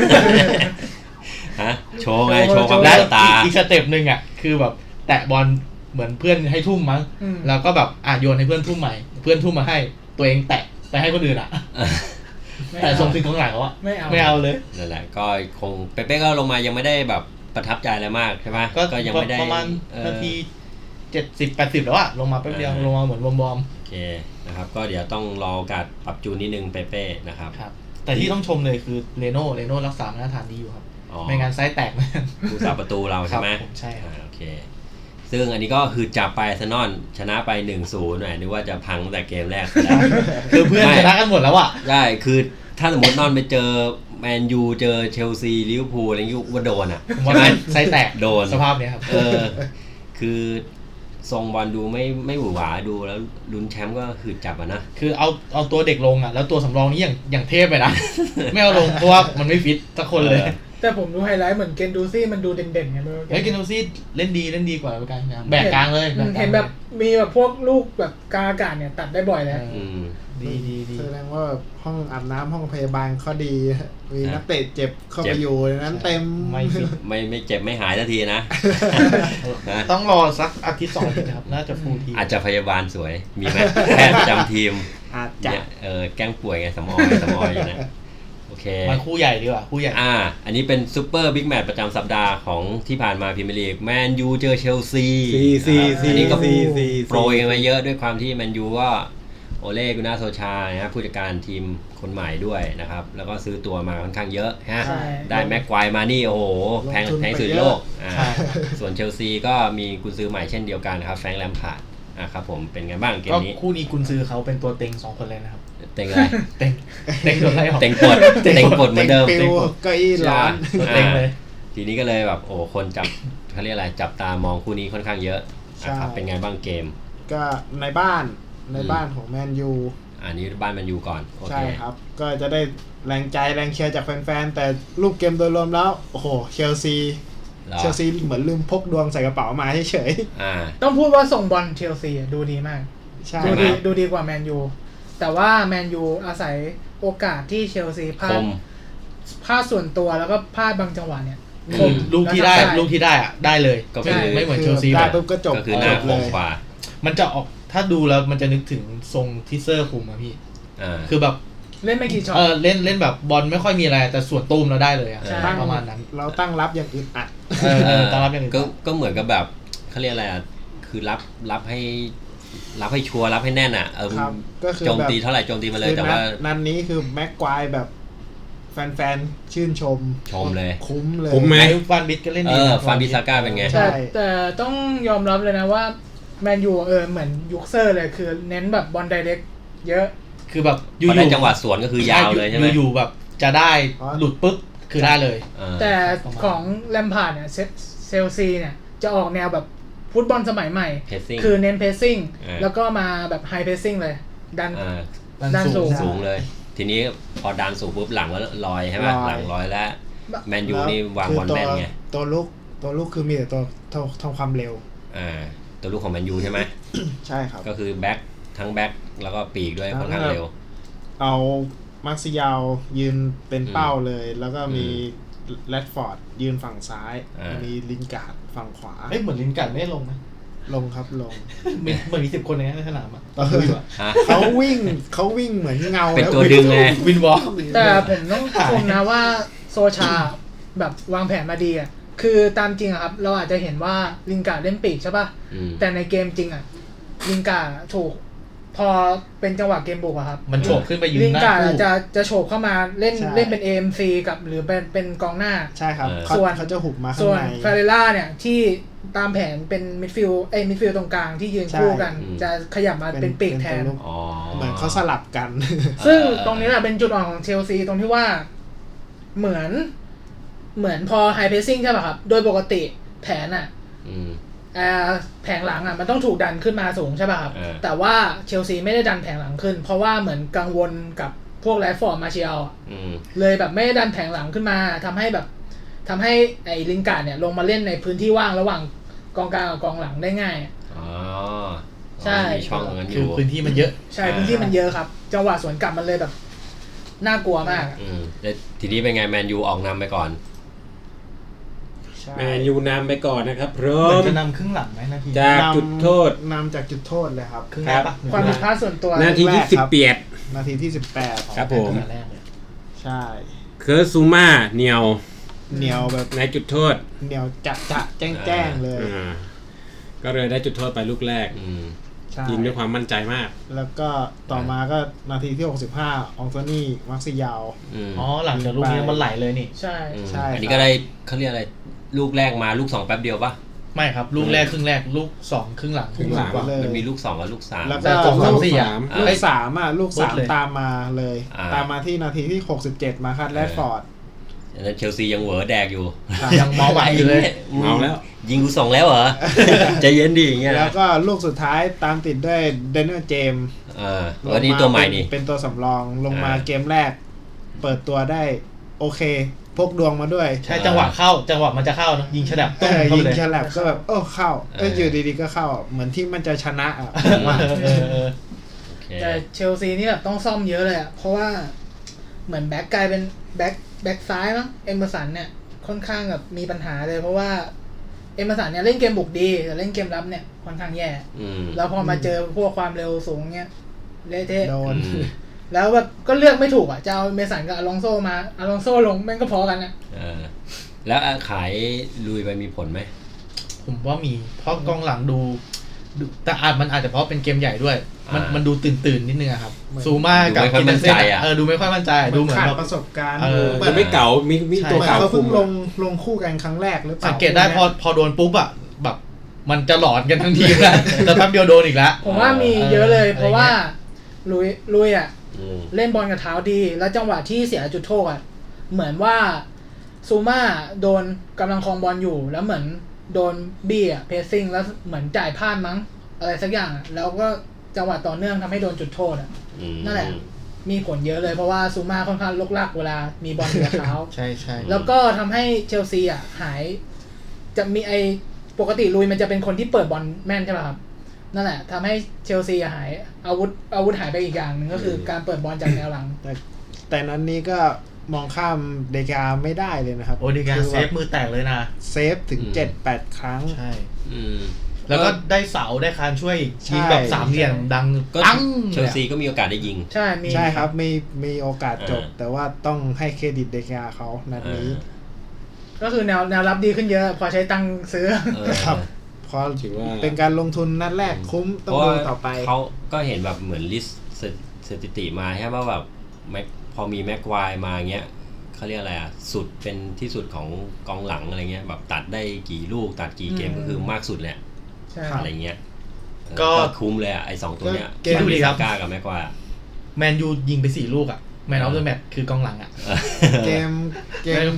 Speaker 1: ฮะโชว์ไงโชว์ความแรงตา
Speaker 4: อีกสเต็ปนึงอ่ะคือแบบแตะบอลเหมือนเพื่อนให้ทุ่มมั้งแล้วก็แบบอ่ะโยนให้เพื่อนทุ่มใหม่เพื่อนทุ่มมาให้ตัวเองแตะไปให้คนอื่นอ่ะแต่ส่งถึงของหลังเขาอ่ะ
Speaker 2: ไม่เอา
Speaker 4: ไม่เอาเลย
Speaker 1: นั่นแหละก็คงเปเป้ก็ลงมายังไม่ได้แบบประทับใจอะไรมากใช่ไหม
Speaker 4: ก็ยังไม่ได้ประมาณนาทีเจ็ดสิบ แปดสิบแล้วอะลงมาแป๊บเดียวลงมาเหมือนวอร์ม
Speaker 1: ๆโอเคนะครับก็เดี๋ยวต้องรอโอกาสปรับจูนนิดนึงเปเป้นะครับ
Speaker 4: ครับแต่ที่ต้องชมเลยคือเรโน่เรโน่รักษามาตรฐานดีอยู่ครับไม่งั้นไซส์แตก
Speaker 1: ผู้สาประตูเราใช่ไหม
Speaker 4: ใช่ครับ
Speaker 1: โอเคซึ่งอันนี้ก็คือจับไปอาร์เซนอลชนะไป หนึ่งศูนย์ หน่อยนึกว่าจะพังตั้งแต่เกมแรกแล้ว
Speaker 4: คือเพื่อนชนะกันหมดแล้วอะ
Speaker 1: ได้คือถ้าสมมตินอนไปเจอแมนยูเจอเชลซีลิเวอร์พูลอะไรอย่างงี้ว่าโดนอ่ะ
Speaker 4: ใช่ไหมไซส์แตก
Speaker 1: โดน
Speaker 4: สภาพเนี้ยครับ
Speaker 1: เออคือทรงบอลดูไม่ไม่หวือหวาดูแล้วลุ้นแชมป์ก็คือจับอ่ะนะ
Speaker 4: คือเอาเอาตัวเด็กลงอ่ะแล้วตัวสำรองนี้อย่างอย่างเทพไปนะไม่เอาลงเพราะว่ามันไม่ฟิตสักคนเลย
Speaker 2: แต่ผมดูไฮไลท์เหมือนเกนดูซี่มันดูเด่นๆไงไม่รู้
Speaker 4: เฮ้ยเกนดูซี่เล่นดีเล่นดีกว่าประการนะแบกกลางเลย
Speaker 2: เห็นแบบมีแบบพวกลูกแบบกาอากาศเนี่ยตัดได้บ่อยแล้ว
Speaker 4: ดีดีดี
Speaker 5: แสดงว่าห้องอาบน้ำห้องพยาบาลเขาดีมีนักเตะเจ็บเข้าไปอยู่นั้นเต็ม
Speaker 1: ไม่ไม่ไม่เจ็บไม่หายสักทีนะ
Speaker 4: ต้องรอสักอาทิตย์สองอาทิตย์ครับน่าจะฟูลที
Speaker 1: อาจจะพยาบาลสวยมีไหมแพทย์ประจำทีม
Speaker 5: อาจจะ
Speaker 1: เออแกล้งป่วยไงสมอยสมอยอยู่นะโอเค
Speaker 4: มาคู่ใหญ่ดีกว่าคู่ใหญ่
Speaker 1: อ่าอันนี้เป็นซูเปอร์บิ๊กแมตช์ประจำสัปดาห์ของที่ผ่านมาพรีเมียร์ลีกแมนยูเจอเชลซีอันนี้ก็โปรยกันมาเยอะด้วยความที่แมนยูก็โอเล่กุน่าโซชานะผู้จัดการทีมคนใหม่ด้วยนะครับแล้วก็ซื้อตัวมาค่อนข้างเยอะฮะได้แม็กควายมานี่โอ้โหแพงแพงสุดโลกอ่าส่วนเชลซีก็มีกุนซือใหม่เช่นเดียวกันครับแฟรงค์แลมพาร์ดอ่ะครับผมเป็นไงบ้างเกมนี้
Speaker 4: ก็คู่นี้กุนซือเขาเป็นตัวเต็งสองคนเลยนะครับ
Speaker 1: เต็งอะไร
Speaker 4: เต็งเต็งโดนไล่ออก
Speaker 1: เต็งปดเต็งปดเหมือนเดิม
Speaker 5: เต็งปดก็อีร้อน
Speaker 4: เต็งเลย
Speaker 1: ทีนี้ก็เลยแบบโอ้คนจับเขาเรียกอะไรจับตามองคู่นี้ค่อนข้างเยอะนะครับเป็นไงบ้างเกม
Speaker 5: ก็ในบ้านในบ้านของแมนยู
Speaker 1: อันนี้บ้านแมนยูก่อน
Speaker 5: ใช่ครับก็จะได้แรงใจแรงเชียร์จากแฟนๆแต่รูปเกมโดยรวมแล้วโอ้โหเชลซีเชลซีเหมือนลืมพกดวงใส่กระเป๋ามาเฉย
Speaker 2: ๆต้องพูดว่าส่งบอลเชลซีดูดีมากดูดีดูดีกว่าแมนยูแต่ว่าแมนยูอาศัยโอกาสที่เชลซีพลาดพลาดส่วนตัวแล้วก็พลาดบางจังหวะเนี่ย
Speaker 4: ลูกที่ได้ลูกที่ได้อะได้เลยก็ไม่เหมือนเชลซี
Speaker 5: ได้ปุ๊บก็จบ
Speaker 1: ก็คือหน้าคมกว่า
Speaker 4: มันจะออกถ้าดูแล้วมันจะนึกถึงทรงที่เซอร์คุมอะพี่คือแบบ
Speaker 2: เล่นไม่กี่ช็อต
Speaker 4: เออเล่นเล่นแบบบอลไม่ค่อยมีอะไรแต่ส่วนตุ้มเราได้เลยอะประมาณนั้น
Speaker 5: เราตั้งรับอย่างอึดอัด
Speaker 4: เออตั้งรับอย่างอึด
Speaker 1: ก็ก็เหมือนกับแบบเขาเรียกอะไรอะคือรับรับให้รับให้ชัวร์รับให้แน่นอ่ะเออโจมตีเท่าไหร่โจมตีมาเลยแต่ว่า
Speaker 5: นัดนี้คือแม็กควายแบบแฟนๆชื่นชม
Speaker 1: ชมเลย
Speaker 5: คุ้มเลย
Speaker 4: คุ้มไหมฟันบิดก็เล่นดี
Speaker 1: เออฟันบิซาก้าเป็นไง
Speaker 2: ใช่แต่ต้องยอมรับเลยนะว่าแมนยูเออเหมือนยุคเซอร์เลยคือเน้นแบบบอลไดเรกเยอะ
Speaker 4: คือแบบ
Speaker 1: อยู่ในจังหวะสวนก็คือยาวเลยใช่ไหม
Speaker 4: อยู่แบบจะได้หลุดปุ๊บคือได้เลย
Speaker 2: แต่ของแลมพาร์ดเนี่ยเซลซีเนี่ยจะออกแนวแบบฟุตบอลสมัยใหม่คือเน้นเพสซิ่งแล้วก็มาแบบไฮเพสซิ่งเลยดันดันสูง
Speaker 1: สูงเลยทีนี้พอดันสูงปุ๊บหลังก็ลอยใช่ไหมหลังลอยแล้วแมนยูนี่วางบอลแม่นไง
Speaker 5: ตัวลูกตัวลูกคือมีแต่ตัวทำความเร็ว
Speaker 1: อ่าตัวลูกของแมนยูใช่ไหม
Speaker 5: ใช่ครับ
Speaker 1: ก็คือแบ็คทั้งแบ็คแล้วก็ปีกด้วยค่อนข้างเร็ว
Speaker 5: เอามาร์ซิยาลยืนเป็นเป้าเลยแล้วก็มีแรดฟอร์ดยืนฝั่งซ้ายมีลินการ์ดฝั่งขวา
Speaker 4: เอ้ยเหมือนลินการ์ดไม่ลงนะ
Speaker 5: ลงครับลง
Speaker 4: เหมือนมีสิบคนในสนามอ่ะ
Speaker 5: เขาวิ่งเขาวิ่งเหมือนเงา
Speaker 1: เป็นตัวดึงไง
Speaker 4: วินวอล์ก
Speaker 2: แต่ผมต้องชมนะว่าโซชาแบบวางแผนมาดีอ่ะคือตามจริงอะครับเราอาจจะเห็นว่าลินการ์ดเล่นปีกใช่ป่ะแต่ในเกมจริงอ่ะลินการ์ดถูกพอเป็นจังหวะเกมบุกอะครับ
Speaker 4: มันโฉบขึ้นไปยืนหน้า
Speaker 2: ลินการ์ดจะจะโฉบเข้ามาเล่นเล่นเป็น เอ เอ็ม ซี กับหรือเป็นเป็นกองหน้า
Speaker 5: ใช่ครับส่วนเขาจะหุบมาข้างใน
Speaker 2: ส่วนฟาเรล่าเนี่ยที่ตามแผนเป็นมิดฟิลด์เอ้ยมิดฟิลด์ตรงกลางที่ยืนคู่กันจะขยับมาเป็นปีกแทน
Speaker 5: เหมือนเขาสลับกัน
Speaker 2: ซึ่งตรงนี้แหละเป็นจุดอ่อนของเชลซีตรงที่ว่าเหมือนเหมือนพอไฮเพสซิ่งใช่ป่ะครับโดยปกติแผนอ่ะแผงหลังอ่ะมันต้องถูกดันขึ้นมาสูงใช่ป่ะครับแต่ว่าเชลซีไม่ได้ดันแผงหลังขึ้นเพราะว่าเหมือนกังวลกับพวกแรดฟอร์ดมาเชียลเลยแบบไม่ได้ดันแผงหลังขึ้นมาทำให้แบบทำให้ไอ้ลินการ์ดเนี่ยลงมาเล่นในพื้นที่ว่างระหว่างกองกลางกับกองหลังได้ง่าย
Speaker 1: อ๋อ
Speaker 2: ใช่
Speaker 1: ช่องนั้นอ
Speaker 4: ยู่พื้นที่มันเยอะ
Speaker 2: ใช่พื้นที่มันเยอะครับจังหวะสวนกลับมันเลยแบบน่ากลัวมาก
Speaker 1: อืมแล้วทีนี้เป็นไงแมนยูออกนำไปก่อน
Speaker 3: แมนยูนำไปก่อนนะครับพร้อม
Speaker 4: จะนำครึ่งหลังไหมนาที
Speaker 3: จากจุดโทษ
Speaker 5: นำจากจุดโทษเลยครับ
Speaker 2: ครับความผิดพลาดส่วนตัว
Speaker 3: นาทีที่สิบแปด
Speaker 5: นาทีที่สิบแปด
Speaker 3: ครับผม
Speaker 5: ใช่
Speaker 3: เคอร์ซูม่าเหนียว
Speaker 5: เหนียวแบบ
Speaker 3: ในจุดโทษ
Speaker 5: เหนียวจะจะแจ้งแจ้งเลย
Speaker 3: ก็เลยได้จุดโทษไปลูกแรกยิงด้วยความมั่นใจมาก
Speaker 5: แล้วก็ต่อมาก็นาทีที่หกสิบห้าอองโตนี่มักซิยาว
Speaker 4: อ๋อหลังจากลูกนี้มันไหลเลยนี่
Speaker 2: ใช่
Speaker 5: ใช่
Speaker 1: อันนี้ก็ได้เขาเรียกอะไรลูกแรกมาลูกสองแป๊บเดียวปะ
Speaker 4: ไม่ครับลูกแรกครึ่งแรกลูกสองครึ่งหลัง
Speaker 5: ครึ่งหลัง
Speaker 1: มันมีลูกสองกับลูกสาม
Speaker 5: แล้วก็ลูกสามลูกสามอ่ะลูกสามตามมาเลยตามมาที่นาทีที่หกสิบเจ็ดมาคัดแรดฟอร์ด
Speaker 1: แล้วเชลซียังเหวอแดกอยู่
Speaker 4: ยังเมาไหวอยู่เลย
Speaker 3: เมาแล้ว
Speaker 1: ยิงกูสองแล้วเหรอใจเย็นดิอย่างเงี้ย
Speaker 5: แล้วก็ลูกสุดท้ายตามติดด้วยเดนเนอร์เจมส์
Speaker 1: อ่าวันนี้ตัวใหม่นี่
Speaker 5: เป็นตัวสำรองลงมาเกมแรกเปิดตัวได้โอเคพกดวงมาด้วย
Speaker 4: ใช่จังหวะเข้าจังหวะมันจะเข้านะยิงฉลับ
Speaker 5: ต้มเข้าเลยยิงฉลับก็แบบโอ้เข้าเอ้ยอยู่ดีๆก็เข้าเหมือนที่มันจะชนะอ่ะว่า
Speaker 2: แต่เชลซีนี่แบบต้องซ่อมเยอะเลยอ่ะเพราะว่าเหมือนแบ็คกลายเป็นแบ็คแบ็คซ้ายมั้งเอมเมอร์สันเนี่ยค่อนข้างแบบมีปัญหาเลยเพราะว่าเอมเมอร์สันเนี่ยเล่นเกมบุกดีแต่เล่นเกมรับเนี่ยค่อนข้างแย่แล้วพอมาเจอพวกความเร็วสูงเนี่ยเละเทะ
Speaker 5: โดน
Speaker 2: แล้วแบบก็เลือกไม่ถูกอ่ะจะเอาเมสันกับอลองโซมาอลองโซลงแม่งก็พอกันนะ
Speaker 1: เออแล้วขายลุยไปมีผลไหม
Speaker 4: ผมว่ามีเพราะกองหลังดูแต่อาจมันอาจจะเพราะเป็นเกมใหญ่ด้วยมันมันดูตื่นตื่นนิดนึงครับซูม่ากับกินเนเซ่เออดูไม่ค่อยมั่นใจดูเหมือน
Speaker 5: แบบประสบการณ์
Speaker 3: มันไม่เก่ามีมีตัวเก่า
Speaker 5: เขาเพิ่งลงลงคู่กันครั้งแรกหรือเปล่า
Speaker 4: สังเกตได้พอพอโดนปุ๊บอ่ะแบบมันจะหลอนกันทั้งทีมแล้วแต่แป๊บเดียวโดนอีกแล้ว
Speaker 2: ผมว่ามีเยอะเลยเพราะว่าลุยลุยอ่ะเล่นบอลกับเท้าดีแล้วจังหวะที่เสียจุดโทษอ่ะเหมือนว่าซูม่าโดนกำลังครองบอลอยู่แล้วเหมือนโดนบี้อ่ะเพสซิ่งแล้วเหมือนจ่ายพลาดมั้งอะไรสักอย่างแล้วก็จังหวะต่อเนื่องทำให้โดนจุดโทษอ่ะนั่นแหละมีผลเยอะเลยเพราะว่าซูม่าค่อนข้างลกลักเวลามีบอลอยู่กับเท้า
Speaker 4: ใช่ใช่
Speaker 2: แล้วก็ทำให้เชลซีอ่ะหายจะมีไอปกติลุยมันจะเป็นคนที่เปิดบอลแม่นใช่ป่ะครับนั่นแหละทำให้เชลซีหายอาวุธอาวุธหายไปอีกอย่างหนึ่งก็คือการเปิดบอลจากแนวหลัง
Speaker 5: แต่แต่นั้นนี้ก็มองข้ามเดกาไม่ได้เลยนะครับ
Speaker 4: โอ้เดกาเซฟมือแตกเลยนะ
Speaker 5: เซฟถึง เจ็ดแปด ครั้ง
Speaker 4: ใช่แล้วก็ได้เสาได้คานช่วยยิงแบบสามเหลี่ยมดัง
Speaker 1: ปังเชลซีก็มีโอกาสได้ยิง
Speaker 2: ใช่มี
Speaker 5: ใช่ครับมีมีโอกาสจบแต่ว่าต้องให้เครดิตเดกาเขานัดนี้
Speaker 2: ก็คือแนวแนวรับดีขึ้นเยอะพอใช้ตังค์ซื้อ
Speaker 5: ครับพอถือว่าเป็นการลงทุนนัดแรกคุ้มต้องดูต่อไป
Speaker 1: เขาก็เห็นแบบเหมือนลิสต์สถิติมาใช่ไหมว่าแบบพอมีแม็กควายมาเงี้ยเขาเรียกอะไรอ่ะสุดเป็นที่สุดของกองหลังอะไรเงี้ยแบบตัดได้กี่ลูกตัดกี่เกมก็คือมากสุดแหละอะไรเงี้ยก็คุ้มเลยอ่ะไอ้สองตัวเนี้ย
Speaker 4: เกมดูดีครับ
Speaker 1: ก้ากับแม็กควาย
Speaker 4: แมนยูยิงไปสี่ลูกอ่ะแมนออฟเดอะแมตช์คือกองหลังอ่ะ
Speaker 5: เกมเกม
Speaker 4: แ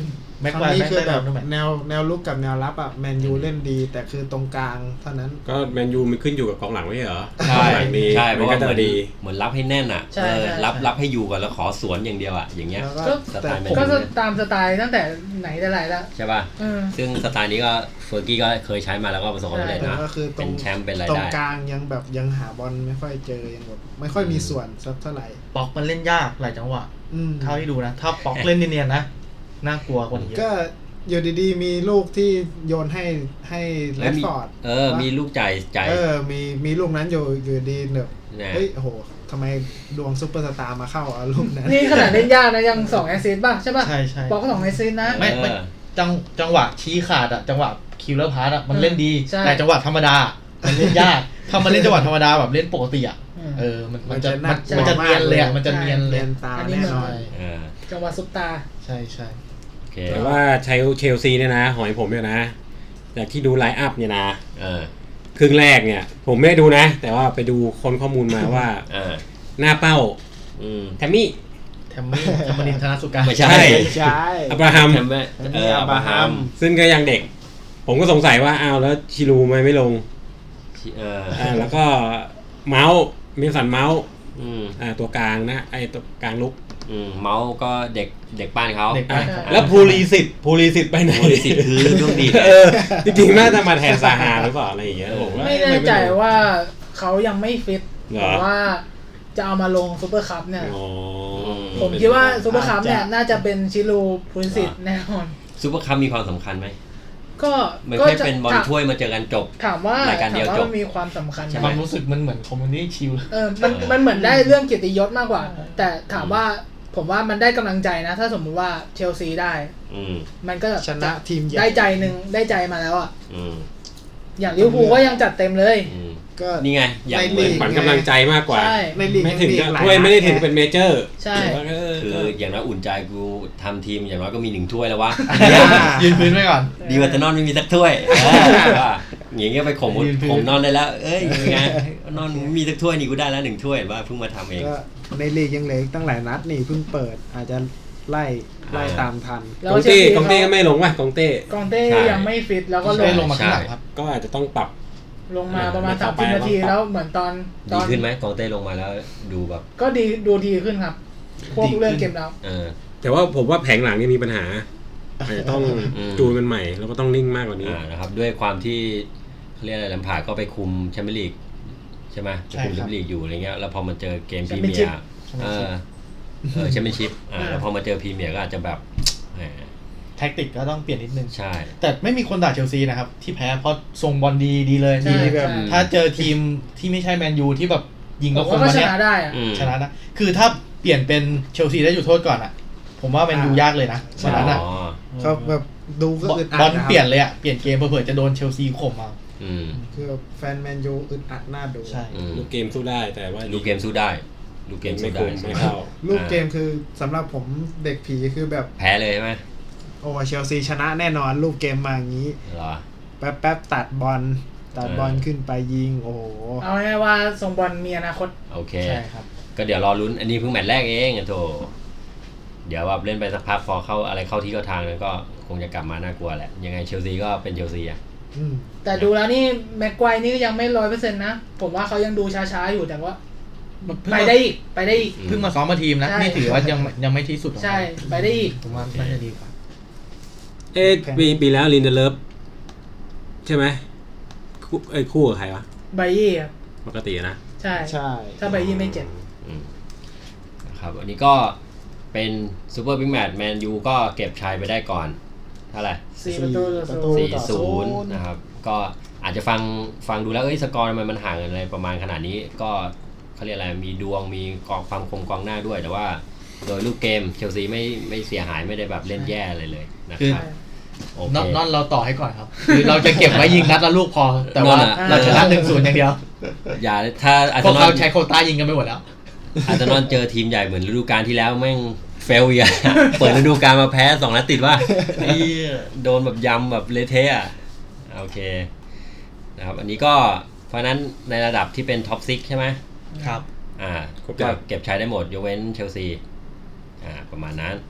Speaker 4: แม็ก
Speaker 5: ค
Speaker 4: ไว
Speaker 5: รั้ง
Speaker 4: ร์
Speaker 5: นี้
Speaker 4: แม็ก
Speaker 5: คือ
Speaker 4: ได้
Speaker 5: แบบ
Speaker 4: แบบ
Speaker 5: แนวแนวลุกกับแนวรับอ่ะแมนยูเล่นดีแต่คือตรงกลางเท่านั้น
Speaker 3: ก็แมนยูมันขึ้นอยู่กับกองหลังไม่ใช่เหรอ
Speaker 1: ใช่ใช่เพ
Speaker 3: มัน
Speaker 1: ราะ
Speaker 3: ก็
Speaker 1: ว่า
Speaker 3: จะ
Speaker 1: เหมือน
Speaker 3: ดี
Speaker 1: เหมือนรับให้แน่นอ่ะเออรับรับให้อยู่ก่อนแล้วขอสวนอย่างเดียวอ่ะอย่างเงี้ย
Speaker 2: ก็
Speaker 1: สไตล์แมน
Speaker 2: ก็
Speaker 1: ยู
Speaker 2: ตามสไตล์ตั้งแต่ไหนแต่ไรแล้ว
Speaker 1: ใช่ป่ะ
Speaker 2: เออ
Speaker 1: ซึ่งสไตล์นี้ก็เฟอร์กี้ก็เคยใช้มาแล้วก็ประสบความสำเร็จ
Speaker 5: แต่
Speaker 1: นะ
Speaker 5: ก็คือตร
Speaker 1: เป็
Speaker 5: ง
Speaker 1: นแชมป์เป็นอะไร
Speaker 5: ตรง
Speaker 1: ได้
Speaker 5: กลางยังแบบยังหาบอลไม่ค่อยเจอยังแบบไม่ค่อยมีส่วนสักเท่าไหร่
Speaker 4: ป๊อกมันเล่นยากหลายจังหวะ
Speaker 5: อืม
Speaker 4: เท่าที่ดูนะ ถ้าป๊อกเล่นเนียนๆนะน่ากลัวกว่านี้เย
Speaker 5: ก็
Speaker 4: อะ
Speaker 5: อยู่ดีๆมีลูกที่โยนให้ให้แรดฟอร์ด
Speaker 1: เออมีลูกจ่ายจ่าย
Speaker 5: เออมีมีลูกนั้นอยู่อยู่ดีแบบ
Speaker 1: นะ
Speaker 5: เฮ้ยโอ้โหทำไมดวงซุปเปอร์สตาร์มาเข้าเอาลูกนั้น
Speaker 2: นี่ขนาดเล่นยากนะยังสองแอสซิสต์ป่ะใช่ป่ะ
Speaker 4: ใช่ใช่
Speaker 2: บอกก็สองแอสซิสต์นะ
Speaker 4: ไม่ไม่จังจังหวะชี้ขาดอะจังหวะคิวเลอร์พาร์ตอะมันเล่นดี
Speaker 2: ใช่
Speaker 4: แต่จังหวะธรรมดามันเล่นยากถ้ามันเล่นจังหวะธรรมดาแบบเล่นปกติอะ
Speaker 2: อืม
Speaker 4: เออมัน
Speaker 5: มั
Speaker 4: มัน
Speaker 5: น
Speaker 4: จะ
Speaker 5: จะ
Speaker 4: มัน
Speaker 5: น่ากลัว
Speaker 4: มันจะเนียนเลยอะ
Speaker 5: มากเลย
Speaker 4: มันจะเนียนเล
Speaker 5: เรี
Speaker 4: ย
Speaker 5: ยนตา
Speaker 2: อันนี้
Speaker 5: แน่
Speaker 2: เหมือน
Speaker 5: นอน
Speaker 1: เออ
Speaker 2: จังหวะซุปตา
Speaker 4: ใช่ใช่
Speaker 1: โอเค
Speaker 3: แต่ว่าเชลเชลซีเนี่ยนะหอยผมเนี่ยนะจากที่ดูไลน์อัพเนี่ยนะ
Speaker 1: เออ
Speaker 3: ครึ่งแรกเนี่ยผมไม่ได้ดูนะ แต่ว่าไปดูคนข้อมูลมาว่า
Speaker 1: เออ
Speaker 3: หน้าเป้า
Speaker 1: อืม
Speaker 3: แทมมี่
Speaker 4: แทมมี่แทมมานินธนสุการ
Speaker 1: ไม่ใช่
Speaker 5: ไม่ใช่
Speaker 3: อับราฮัม
Speaker 1: แชมป์ไหมเอออับราฮัม
Speaker 3: ซึ่งก็ยังเด็ก ผมก็สงสัยว่าอ้าวแล้วชิลูไม่ไม่ลง
Speaker 1: เออ
Speaker 3: อ่าแล้วก็เมาส์มิลสันเมาส์
Speaker 1: อืม
Speaker 3: อ่าตัวกลางนะไอตัวกลางลุก
Speaker 1: อืมเมาส์ก็เด็กเด็กป้านเขา
Speaker 4: เด็ก
Speaker 3: อ่ะ
Speaker 4: มาก
Speaker 3: แล้วภูริสิทธิ์ภูริสิทธิ์ไปไหน
Speaker 1: บริสิทธิ์คือช่วงดี
Speaker 3: เออจริงๆน่าจะมาแทนซาฮาหรือเปล่าอะไรอย่างเงี้ยผมว่า
Speaker 2: ไม่แน่ใจว่าเขายังไม่ฟิต
Speaker 3: เหร
Speaker 2: หรือ
Speaker 3: อ
Speaker 2: ว่าจะเอามาลงซูเปอร์คัพเนี่ย
Speaker 3: อ๋อ
Speaker 2: ผมคิดว่าซูเปอร์คัพเนี่ยน่าจะเป็นชิลูพูลิสิตแน่นอน
Speaker 1: ซูเปอร์คัพมีความสำคัญไหม
Speaker 2: ก็
Speaker 1: ไม่ใช่เป็นบอลถ้วยมาเจอกันจบ
Speaker 2: ถามว่าร
Speaker 1: ายการเดียว
Speaker 2: ถาม
Speaker 1: จบ
Speaker 2: ว่ามันมีความสำคัญไห
Speaker 4: ความรู้สึกมันเหมือนคอมมูนิตี้ชิล
Speaker 2: เออมันมันเหมือนได้เรื่องเกียรติยศมากกว่า แต่ถามว่าผมว่ามันได้กำลังใจนะ ถ้าสมมุติว่าเชลซีได้
Speaker 1: อืม
Speaker 2: มันก็
Speaker 5: ชนะทีมใหญ่
Speaker 2: ได้ใจหนึ่งได้ใจมาแล้วอ่ะ
Speaker 1: อืม
Speaker 2: อย่างลิเวอร์พูลก็ยังจัดเต็มเลย
Speaker 1: อืม
Speaker 5: ก็
Speaker 1: นี่ไงอย่าง
Speaker 5: ใน
Speaker 1: เหมือน
Speaker 5: ลีก
Speaker 3: ขวัญกำลังใจมากกว่า
Speaker 2: ใช่
Speaker 5: ในลีก
Speaker 3: ไม่ถึง
Speaker 5: ยั
Speaker 3: ก็
Speaker 5: อีหลา
Speaker 3: ถ้วยไม่ได้ถึง
Speaker 5: นั
Speaker 3: เป็นเมเจอร์
Speaker 2: ใช่
Speaker 3: แต่ว่าก็เออ
Speaker 1: คืออย่างน้อยอุ่นใจกูทำทีมอย่างน้อยก็มีหนึ่งถ้วยแล้ววะ
Speaker 4: ยืนพื้นไว้ก่อน
Speaker 1: ดีกว่าจะนอนไม่มีสักถ้วยเออว่าอย่างเงี้ยไปข่ม
Speaker 4: ยืนพื้น
Speaker 1: ข่มนอนได้แล้ว เอ้ยยังไงนอนมีสักถ้วยนี่กูได้แล้วหนึ่งถ้วยว่าเพิ่งมาทำเอง
Speaker 5: ก็ในลีกยังเหลืออีกตั้งหลายนัดนี่เพิ่งเปิดอาจจะไล่ไล่ตามทัน
Speaker 2: แล้ว
Speaker 3: กอง
Speaker 2: เชล
Speaker 3: เต้
Speaker 2: ซี
Speaker 3: กองเต้ก็ไม่ลงว่ะกองเต้
Speaker 2: กองเต้
Speaker 1: ใช่
Speaker 2: ยังไม่ฟิตแล้วก็ล
Speaker 4: ได้
Speaker 2: ง
Speaker 4: ลงมาข้างหลังครับ
Speaker 3: ก็อาจจะต้องปรับ
Speaker 2: ลงมาประมาณ
Speaker 3: ไม่ต่
Speaker 2: สา
Speaker 3: อ
Speaker 2: ม
Speaker 3: ไป
Speaker 2: สิบนาที
Speaker 3: ต้องปรับ
Speaker 2: แล้วเหมือนตอนต
Speaker 1: ดี
Speaker 2: อน
Speaker 1: ขึ้นไหมกองเต้ลงมาแล้วดูแบบ
Speaker 2: ก็ดีดูดีขึ้นครับ พวก
Speaker 4: ดีขึ้น
Speaker 2: เรื่องเกมแล้ว
Speaker 1: เออ
Speaker 3: แต่ว่าผมว่าแผงหลังนี่มีปัญหาอาจจะต้อง
Speaker 1: อืม
Speaker 3: จูนมันใหม่แล้วก็ต้องนิ่งมากกว่านี้
Speaker 1: อ่านะครับด้วยความที่เขาเรียกอะไรลำพาร์ดก็ไปคุมแชมเปี้ยนลีกใช่ไหมไปคุมแชมเปี้ยนลีกอยู่อะไรเงี้ยแล้วพอมาเจอเกมพรีเมีย
Speaker 2: Championship
Speaker 1: ร์เออเออแชมเปี้ยนชิพอ่าแล้วพอมาเจอพรีเมียร์ก็อาจจะแบบแหม
Speaker 4: แท็กติกก็ต้องเปลี่ยนนิดนึง
Speaker 1: ใช่
Speaker 4: แต่ไม่มีคนด่าเชลซีนะครับ ที่แพ้เพราะทรงบอลดีดีเลย
Speaker 2: ใช่
Speaker 4: ดีแบบ
Speaker 2: ใช่
Speaker 4: ถ้าเจอทีมที่ไม่ใช่แมนยูที่แบบยิง
Speaker 2: ผ
Speaker 4: ก็
Speaker 2: ม
Speaker 4: คง
Speaker 2: ว่าก็
Speaker 4: วัน
Speaker 2: ช
Speaker 4: เนี้ย
Speaker 2: นะได้อะ
Speaker 1: อืม
Speaker 4: ชนะนะคือถ้าเปลี่ยนเป็นเชลซีได้อยู่โทษก่อนอ่ะ ผมว่าแมนยูยากเลยนะวันนั้นอ่ะ
Speaker 1: อ๋อ
Speaker 5: เขาแบบดูก็
Speaker 4: บอล
Speaker 5: อึดอัด
Speaker 4: บอล
Speaker 5: นะครับ
Speaker 4: เปลี่ยนเลยอ่ะเปลี่ยนเกมเผื่อๆจะโดนเชลซีข่มเอา
Speaker 1: อืม
Speaker 5: คือแฟนแมนยูอึดอัดหน้าดู
Speaker 4: ใช่
Speaker 1: อืม
Speaker 3: ลูกเกมสู้ได้แต่ว่า
Speaker 1: ลูกเกมสู้ได้ลูกเกม
Speaker 3: ไม่
Speaker 1: สู้
Speaker 3: คุ
Speaker 1: ได้
Speaker 3: ม
Speaker 1: ใช่
Speaker 3: ไม่
Speaker 1: ไหม
Speaker 3: เข้า
Speaker 5: ลูกเกมคือสำหรับผมเด็กผีคือแบบ
Speaker 1: แพ้เลยใช่ไหม
Speaker 5: โอ้เชลซีชนะแน่นอนลูกเกมมาอย่างนี้
Speaker 1: เหรอ
Speaker 5: แป๊บแป๊บตัดบอลตัดบอล
Speaker 1: เออ
Speaker 5: ขึ้นไปยิงโอ้โห
Speaker 2: เอาง่ายๆว่าทรงบอลมีอนาคต
Speaker 1: โอเค
Speaker 4: ใช่ครับ
Speaker 1: ก็เดี๋ยวรอลุ้นอันนี้เพิ่งแมตช์แรกเองอะโถเดี๋ยวแบบเล่นไปสักพักพอเข้าอะไรเข้าที่เข้าทางนั้นก็คงจะกลับมาน่ากลัวแหละยังไงเชลซีก็เป็นเชลซีอ่ะ
Speaker 5: อืม
Speaker 2: แต่ดูแล้วนี่แม็กไกวร์นี่ยังไม่ร้อยเปอร์เซ็นต์นะ ผมว่าเขายังดูช้าๆอยู่แต่ว่า ไปได้อีกไปได้อีก
Speaker 4: เพิ่งมาซ้อมมาทีมนะ
Speaker 2: ใช่
Speaker 4: นี่ถือว่ายังยังไม่ที่สุดของ
Speaker 2: ใช่
Speaker 4: เขา
Speaker 2: ไปได้อีก
Speaker 4: ผมว่าน่าจะดีกว่า
Speaker 3: เอ๊ะปีปีแล้วลินเดเลฟใช่ไหมคู่ไอ้ยคู่กับใครวะ
Speaker 2: ไบยี่ครับ
Speaker 3: ปกตินะ
Speaker 2: ใช่
Speaker 5: ใช่
Speaker 2: ถ้าไบยี่ไม่เจ็บ
Speaker 1: อืมนะครับอันนี้ก็เป็นซูเปอร์บิ๊กแมตช์แมนยูก็เก็บชัยไปได้ก่อนเท่าไหร่
Speaker 2: สี่ประตูต่อศูนย์
Speaker 1: สี่ศูนย์นะครับก็อาจจะฟังฟังดูแล้วเอ้ยสกอร์ทำไมมันห่างกันอะไรประมาณขนาดนี้ก็เขาเรียกอะไรมีดวงมีกองความคมกองหน้าด้วยแต่ว่าโดยลูกเกมเชลซีไม่ไม่เสียหายไม่ได้แบบเล่นแย่อะไรเลยนะครับโอเคน
Speaker 4: อนนอนเราต่อให้ก่อนครับ คือเราจะเก็บไว้ยิงนัดละลูกพอ แต่ว่า
Speaker 1: นั่นน่ะ
Speaker 4: เราชนะหนึ่งศูนย์อย่างเดียว
Speaker 1: อย่าถ้าอาร์
Speaker 4: พ
Speaker 1: เซ
Speaker 4: วก
Speaker 1: นอ
Speaker 4: เขา
Speaker 1: ล
Speaker 4: ใช้โควต้ายิงกันไปหมดแล้ว
Speaker 1: อาร์เซนอลเจอทีมใหญ่เหมือนฤดูกาลที่แล้วแม่งเฟลอีก เปิดฤดูกาลมาแพ้สองนัดติดว่าโดนแบบยำแบบเละเทะอ่ะโอเคนะครับอันนี้ก็เพราะนั้นในระดับที่เป็นท็อปซิกใช่ไหม
Speaker 4: ครับ
Speaker 1: อ่า
Speaker 3: ครบ
Speaker 1: ก็
Speaker 3: แล้ว
Speaker 1: เก็บใช้ได้หมดยกเว้นเชลซีอ่าประมาณนั้น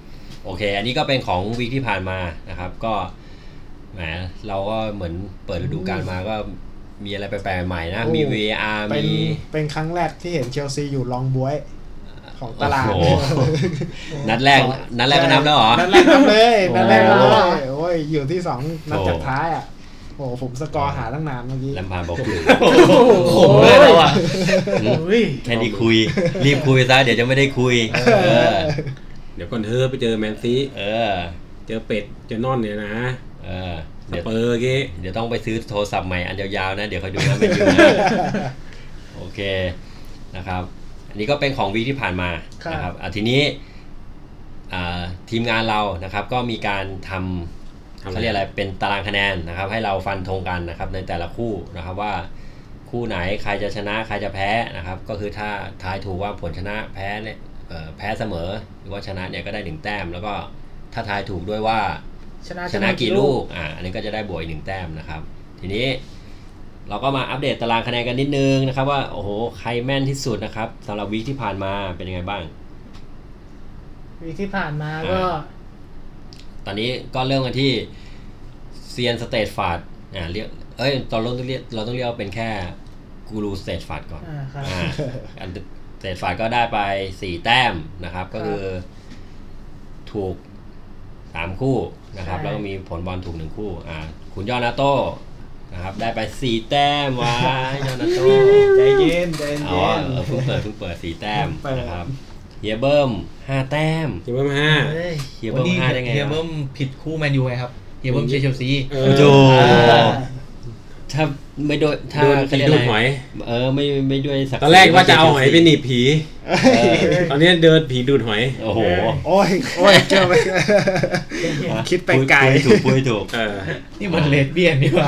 Speaker 1: โอเคอันนี้ก็เป็นของวีคที่ผ่านมานะครับก็แหมเราก็เหมือนเปิดฤดูกาลมาก็มีอะไรแปลกๆใหม่นะมี วี อาร์
Speaker 5: เป็น
Speaker 1: มี
Speaker 5: เป็นครั้งแรกที่เห็นเชลซีอยู่รองบ๊วยของตลาด
Speaker 1: นัดแรกนัดแรกก็นับแล้วเหรอ
Speaker 5: นัดแรกนับเลยนัดแรกนับเลยโอ้ยอยู่ที่สองนัดจากท้ายอ่ะโอ้ผมสกอร์หาตั้งนานเมื่อกี้
Speaker 1: แลมพาร์ดบอกอยู่
Speaker 4: โหเลยแล้วอ่ะ
Speaker 1: แค่นี้คุยรีบคุยซะเดี๋ยวจะไม่ได้คุย
Speaker 3: เดี๋ยวก่อนเธอไปเจอแมนซี
Speaker 1: เออ
Speaker 3: เจอเป็ดเจอนอนเนี่ยนะ
Speaker 1: เออ
Speaker 3: เดี๋ยวเปิดกี้
Speaker 1: เดี๋ยวต้องไปซื้อโทรศัพท์ใหม่อันยาวๆนะเดี๋ยวคอยดูนะไม่อยู่นะโอเคนะครับอันนี้ก็เป็นของวีคที่ผ่านมานะครับอ่ะทีนี้อ่าทีมงานเรานะครับก็มีการทำเขาเรียกอะไรเป็นตารางคะแนนนะครับให้เราฟันธงกันนะครับในแต่ละคู่นะครับว่าคู่ไหนใครจะชนะใครจะแพ้นะครับก็คือถ้าทายถูกว่าผลชนะแพ้เนี่ยเอ่อแพ้เสมอหรือว่าชนะเนี่ยก็ได้หนึ่งแต้มแล้วก็ถ้าทายถูกด้วยว่า
Speaker 2: ชนะ
Speaker 1: ชนะกี่ลูกอ่าอันนี้ก็จะได้บวกอีกหนึ่งแต้มนะครับทีนี้เราก็มาอัปเดตตารางคะแนนกันนิดนึงนะครับว่าโอ้โหใครแม่นที่สุดนะครับสำหรับวีคที่ผ่านมาเป็นยังไงบ้าง
Speaker 2: วีคที่ผ่านมาก็
Speaker 1: ตอนนี้ก็เริ่มกันที่เซียนสเตทฟาร์ดอ่าเรียกเอ้ยตอนเราต้องเรียกเราต้องเรียกเป็นแค่กูรูสเตทฟาร์ดก่อน
Speaker 2: อ่าครับ
Speaker 1: อ่าอันสเตทฟาร์ดก็ได้ไปสี่แต้มนะครับก็คือถูกสามคู่นะครับแล้วก็มีผลบอลถูกหนึ่งคู่อ่าคุณยอดนาโต้นะครับได้ไปสี่แต้มว้ายอดนาโต้
Speaker 5: ใจเย็นใจเย็น
Speaker 1: อ๋อเพิ่งเปิดเพิ่งเปิดสี่แต้มนะครับเฮียเบิ้มห้าแต้ม
Speaker 3: เฮียเบิ้มห้า
Speaker 1: เฮียเบิ้มห้าได้ไง
Speaker 4: เฮียเบิ้มผิดคู่แมนยูไงครับเฮียเบิ้มเชียร์เชลซี
Speaker 1: โอ้โหถ้าไม่โดนถ้า
Speaker 3: ผีดูดหอย
Speaker 1: เออไม่ไม่ด้วย
Speaker 3: สักตอนแรกว่าจะเอาหอยไปหนีบผีตอนนี้เดินผีดูดหอย
Speaker 1: โอ้โห
Speaker 5: โอ้ยโอ้ยเจอไปคิดไปไกล
Speaker 1: ถูกพูดถูก
Speaker 4: นี่มันเลสเบี้ยนนี่หว่า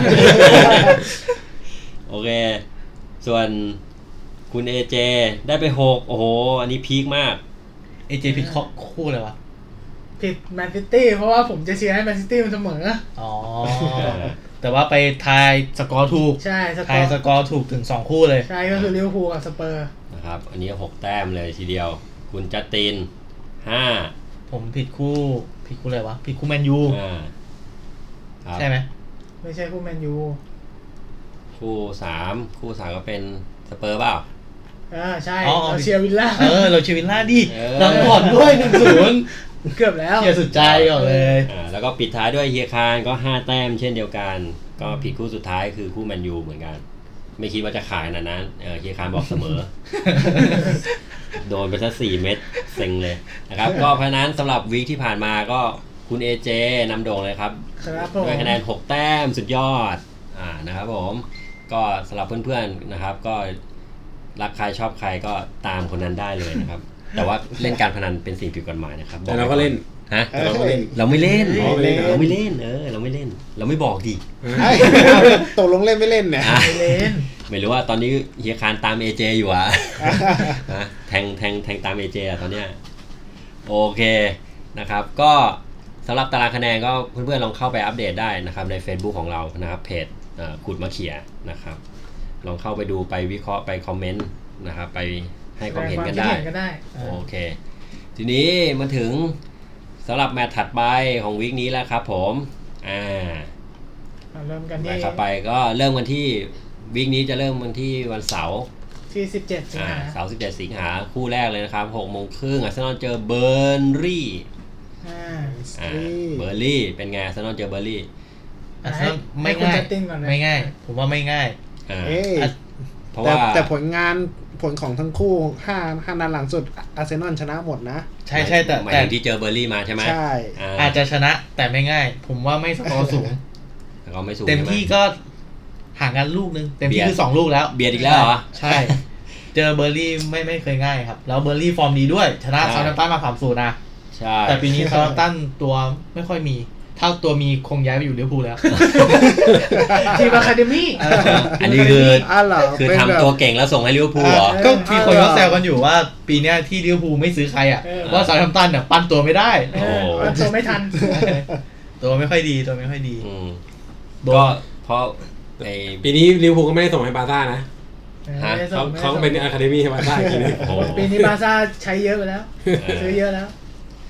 Speaker 1: โอเคส่วนคุณเอเจได้ไปหกโอ้โหอันนี้พีคมาก
Speaker 4: เอเจผิดคู่เลยวะ
Speaker 2: ผิดแมนซิตี้เพราะว่าผมจะเชียร์ให้แมนซิตี้มันเสมอ
Speaker 4: อ๋อแต่ว่าไปทายสกอร์ถูก
Speaker 2: ใช่
Speaker 4: ทายสกอร์ถูกถึงสองคู่เลย
Speaker 2: ใช่ก็คือลิเวอร์พูลกับสเปอร์
Speaker 1: นะครับอันนี้หกแต้มเลยทีเดียวคุณจัสตินห้า
Speaker 4: ผมผิดคู่ผิดคู่อะไรวะผิดคู่แมนยูใช่ไหม
Speaker 2: ไม่ใช่คู่แมนยู
Speaker 1: คู่สามคู่สามก็เป็นสเปอร์เปล่า
Speaker 2: อ่าใช่เราเชียร์วิลล่า
Speaker 4: เออเราเชียร์วิลล่าดินำก่อนด้วย หนึ่งศูนย์
Speaker 2: เกือบแล้ว
Speaker 4: เชียร์สุดใจก่อนเลย
Speaker 1: อ่าแล้วก็ปิดท้ายด้วยเฮียคานก็ห้าแต้มเช่นเดียวกันก็ผิดคู่สุดท้ายคือคู่แมนยูเหมือนกันไม่คิดว่าจะขายขนาดนั้นเออเฮียคานบอกเสมอ โดนไปซะสี่เม็ดเซ็งเลยนะครับก็เพราะนั้นสำหรับวีคที่ผ่านมาก็คุณเอเจนำโด่งเลยครับด้วยคะแนนหกแต้มสุดยอดอ่านะครับผมก็สำหรับเพื่อนๆนะครับก็รักใครชอบใครก็ตามคนนั้นได้เลยนะครับแต่ว่าเล่นการพนันเป็นสิ่งผิดกฎหมายนะครับ
Speaker 3: แต่เราก็เล่น
Speaker 1: ฮะเราไม่เล่นเราไม่เล่นเราไม่เล่นเออเราไม่เล่นเราไม่บอกดิ
Speaker 5: ตกลงเล่นไม่เล่นเนี่ย
Speaker 2: ไม่เล่น
Speaker 1: ไม่รู้ว่าตอนนี้เฮียคานตามเอเจอยู่อ่ะนะแทงแทงแทงตามเอเจอ่ะตอนเนี้ยโอเคนะครับก็สำหรับตารางคะแนนก็เพื่อนๆลองเข้าไปอัปเดตได้นะครับใน Facebook ของเรานะครับเพจขุดมะเขียนะครับลองเข้าไปดูไปวิเคราะห์ไปคอมเมนต์นะครับไปให้ความเห็นกันได้โอเคทีนี้มาถึงสำหรับแมตช์ถัดไปของวีคนี้แล้วครับผมอ่า
Speaker 2: เริ่มกันที่
Speaker 1: ต่อไปก็เริ่มกันที่วีคนี้จะเริ่มวันที่วันเสาร์
Speaker 2: ที่สิบเจ็ดสิงหา
Speaker 1: เสาร์สิบเจ็ดสิงหาคู่แรกเลยนะครับหกโมงครึ่งอาร์เซนอลเจอเบอร์ลี่
Speaker 2: อ่า
Speaker 1: เบอร์ลี่เป็นไงอาร์เซนอลเจอเบอร์ลี่
Speaker 4: อาร์เซนอลไม่ง่ายไม่ง่ายผมว่าไม่ง่าย
Speaker 5: เพราะว่าแต่ผลงานผลของทั้งคู่ห้าห้านัดหลังสุดอาร์เซนอลชนะหมดนะ
Speaker 4: ใช่ใช่แต่
Speaker 1: แต่ที่เจอเบอร์ลี่มาใช่ไหม
Speaker 5: ใช่
Speaker 4: อาจจะชนะแต่ไม่ง่ายผมว่าไม่สกอร์สูงเต็มที่ก็ห่างกันลูกนึงเต็มที่คือสองลูกแล้ว
Speaker 1: เบียดอีกแล้วเหรอ
Speaker 4: ใช่เจอเบอร์ลี่ไม่ไม่เคยง่ายครับแล้วเบอร์ลี่ฟอร์มดีด้วยชนะซาอุทัมป์ตันมาสามศูนย์นะ
Speaker 1: ใช่
Speaker 4: แต่ปีนี้ซาอุทัมป์ตันตัวไม่ค่อยมีถ้าตัวมีคงย้ายไปอยู่ลิเวอร์พูลแล้ว
Speaker 2: ทีมอะคาเดมี่
Speaker 1: อันนี้คือคือทำตัวเก่งแล้วส่งให้ลิเวอร์พูลเหรอ
Speaker 4: ก็มีคนก็แซวกันอยู่ว่าปีนี้ที่ลิเวอร์พูลไม่ซื้อใครอ่ะว่าซาอุทัมป์ตันเนี่ยปั้นตัวไม่ได้
Speaker 2: ปั้นตัวไม่ทัน
Speaker 4: ตัวไม่ค่อยดีตัวไม่ค่อยดี
Speaker 1: ก็เพราะ
Speaker 3: ในปีนี้ลิเวอร์พูลก็ไม่ได้ส่งให้บาร์ซ่านะเขาเขาเป็นอะคาเดมี่ให้บาร์ซ่าอีกทีนึง
Speaker 2: ปีนี้บาร์ซ่าใช้เยอะไปแล้วซื้อเยอะแล้ว